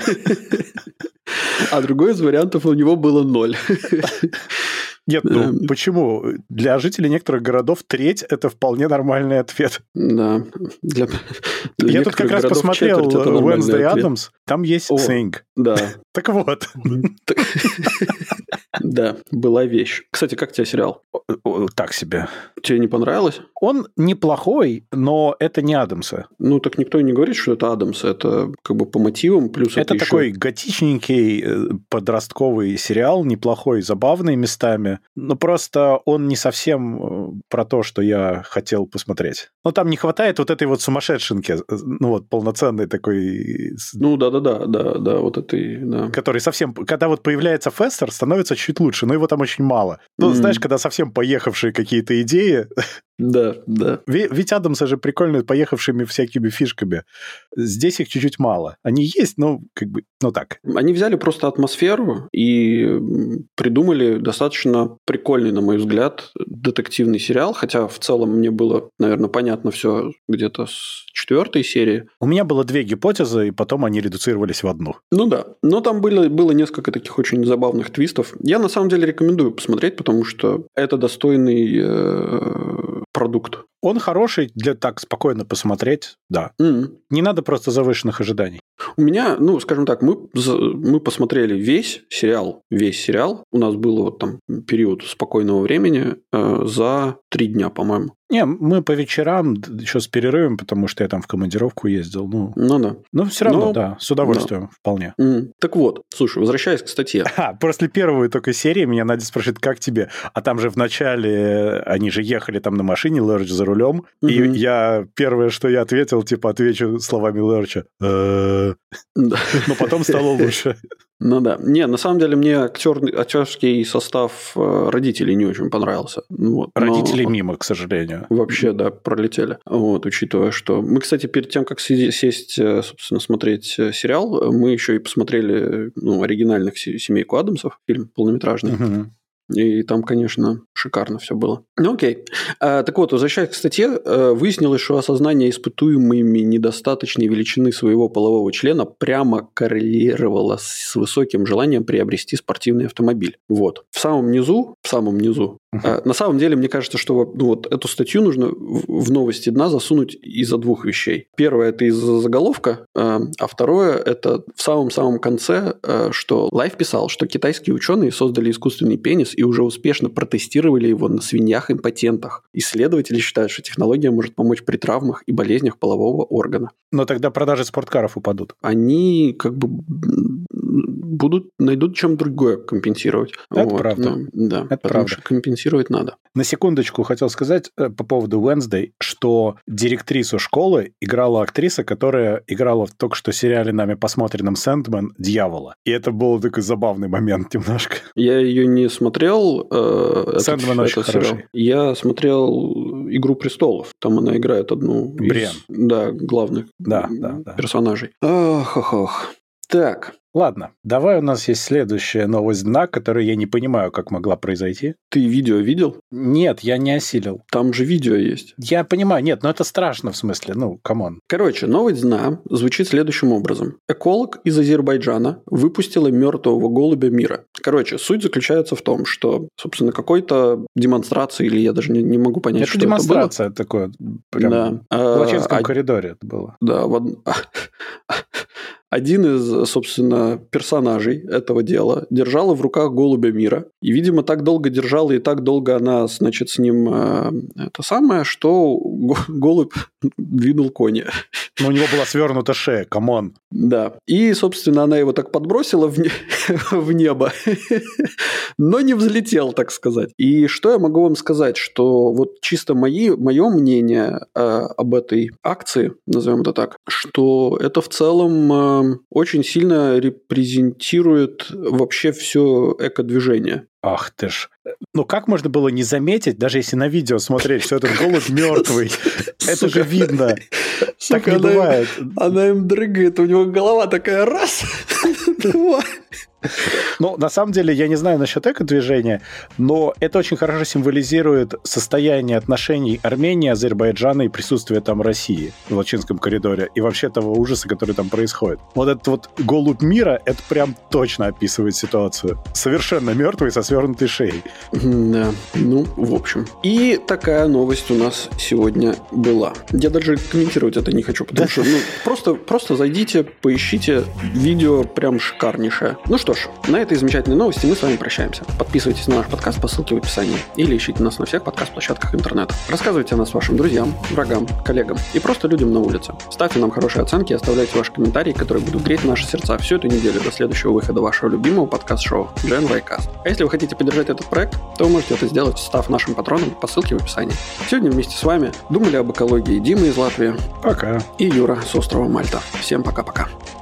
А другой из вариантов у него было ноль. Нет, ну почему? Для жителей некоторых городов треть – это вполне нормальный ответ. Да. Для, для Я тут как раз посмотрел Wednesday Addams, там есть saying. Да. Так вот. Да, была вещь. Кстати, как тебе сериал? Так себе. Тебе не понравилось? Он неплохой, но это не Адамса. Ну, так никто и не говорит, что это Адамс. Это как бы по мотивам, плюс это, это еще... такой готичненький подростковый сериал, неплохой, забавный местами. Но просто он не совсем про то, что я хотел посмотреть. Но там не хватает вот этой вот сумасшедшинки, ну вот полноценной такой... Ну, да-да-да, да-да, вот этой, да. Который совсем... Когда вот появляется Фестер, становится чуть лучше, но его там очень мало. Ну, mm-hmm. знаешь, когда совсем поехавшие какие-то идеи, Да, да. Ведь Адамсы же прикольные, поехавшими всякими фишками. Здесь их чуть-чуть мало. Они есть, но как бы, ну так. Они взяли просто атмосферу и придумали достаточно прикольный, на мой взгляд, детективный сериал, хотя в целом мне было, наверное, понятно все где-то с четвертой серии. У меня было две гипотезы, и потом они редуцировались в одну. Ну да, но там было, было несколько таких очень забавных твистов. Я на самом деле рекомендую посмотреть, потому что это достойный э, продукт. Он хороший для так спокойно посмотреть, да. Mm-hmm. Не надо просто завышенных ожиданий. У меня, ну, скажем так, мы, мы посмотрели весь сериал, весь сериал. У нас был вот там период спокойного времени э, за три дня, по-моему. Не, мы по вечерам, еще с перерывом, потому что я там в командировку ездил. Ну, ну да. Но все равно, Но... да, с удовольствием, да. Вполне. Mm. Так вот, слушай, возвращаясь к статье. А, после первой только серии меня Надя спрашивает, как тебе? А там же вначале они же ехали там на машине, Лерч за рулем, mm-hmm. и я первое, что я ответил, типа, отвечу словами Лерча. Но потом стало лучше. Ну да. Не, на самом деле мне актер, актерский состав родителей не очень понравился. Вот. Родители Но... мимо, к сожалению. Вообще, да, пролетели. Вот, учитывая, что... Мы, кстати, перед тем, как сесть, собственно, смотреть сериал, мы еще и посмотрели ну, оригинальных «Семейку Адамсов», фильм полнометражный. Угу. И там, конечно, шикарно все было. Ну, окей. А, так вот, возвращаясь к статье, выяснилось, что осознание испытуемыми недостаточной величины своего полового члена прямо коррелировало с высоким желанием приобрести спортивный автомобиль. Вот. В самом низу, в самом низу, uh-huh. а, на самом деле, мне кажется, что ну, вот эту статью нужно в, в новости дна засунуть из-за двух вещей. Первое – это из-за заголовка, а, а второе – это в самом-самом конце, а, что Life писал, что китайские ученые создали искусственный пенис и уже успешно протестировали его на свиньях-импотентах. Исследователи считают, что технология может помочь при травмах и болезнях полового органа. Но тогда продажи спорткаров упадут. Они как бы будут, найдут чем другое компенсировать. Это вот. Правда. Ну, да, это потому правда. Что компенсировать надо. На секундочку хотел сказать по поводу Wednesday, что директрису школы играла актриса, которая играла в только что сериале нами посмотренном «Сэндмэн» дьявола. И это был такой забавный момент немножко. Я ее не смотрел. Э, «Сэндмэн» очень хороший. Я смотрел «Игру престолов». Там она играет одну Бриан. из да, главных да, да, да. персонажей. Ох-ох-ох. Так. Ладно, давай у нас есть следующая новость дна, которую я не понимаю, как могла произойти. Ты видео видел? Нет, я не осилил. Там же видео есть. Я понимаю, нет, но это страшно в смысле, ну, камон. Короче, новость дна звучит следующим образом. Эколог из Азербайджана выпустила мертвого голубя мира. Короче, суть заключается в том, что, собственно, какой-то демонстрации, или я даже не, не могу понять, это что демонстрация это было. такое, прям да. в Лачинском а, коридоре это было. Да, в од... Один из, собственно, персонажей этого дела держала в руках голубя мира. И, видимо, так долго держала и так долго она, значит, с ним э, это самое, что голубь двинул кони. Но у него была свернута шея, камон. Да. И, собственно, она его так подбросила в, не... в небо, но не взлетел, так сказать. И что я могу вам сказать, что вот чисто мои, мое мнение э, об этой акции, назовем это так, что это в целом э, очень сильно репрезентирует вообще все экодвижение. Ах ты ж. Ну, как можно было не заметить, даже если на видео смотреть, что этот голубь мертвый? Это же видно. Так не бывает. Она им дрыгает, у него голова такая раз, два. Ну, на самом деле, я не знаю насчет эко-движения, но это очень хорошо символизирует состояние отношений Армении, Азербайджана и присутствие там России в Лачинском коридоре и вообще того ужаса, который там происходит. Вот этот вот голубь мира, это прям точно описывает ситуацию. Совершенно мертвый со свернутой шеей. Да, ну, в общем. И такая новость у нас сегодня была. Я даже комментировать это не хочу, потому да. что, ну, просто, просто зайдите, поищите, видео прям шикарнейшее. Ну что ж, на этой замечательной новости мы с вами прощаемся. Подписывайтесь на наш подкаст по ссылке в описании или ищите нас на всех подкаст-площадках интернета. Рассказывайте о нас вашим друзьям, врагам, коллегам и просто людям на улице. Ставьте нам хорошие оценки и оставляйте ваши комментарии, которые будут греть наши сердца всю эту неделю до следующего выхода вашего любимого подкаст-шоу джи эн вай Cast. А если вы хотите поддержать этот проект, то вы можете это сделать, став нашим патроном по ссылке в описании. Сегодня вместе с вами думали об экологии Дима из Латвии. Пока. И Юра с острова Мальта. Всем пока-пока.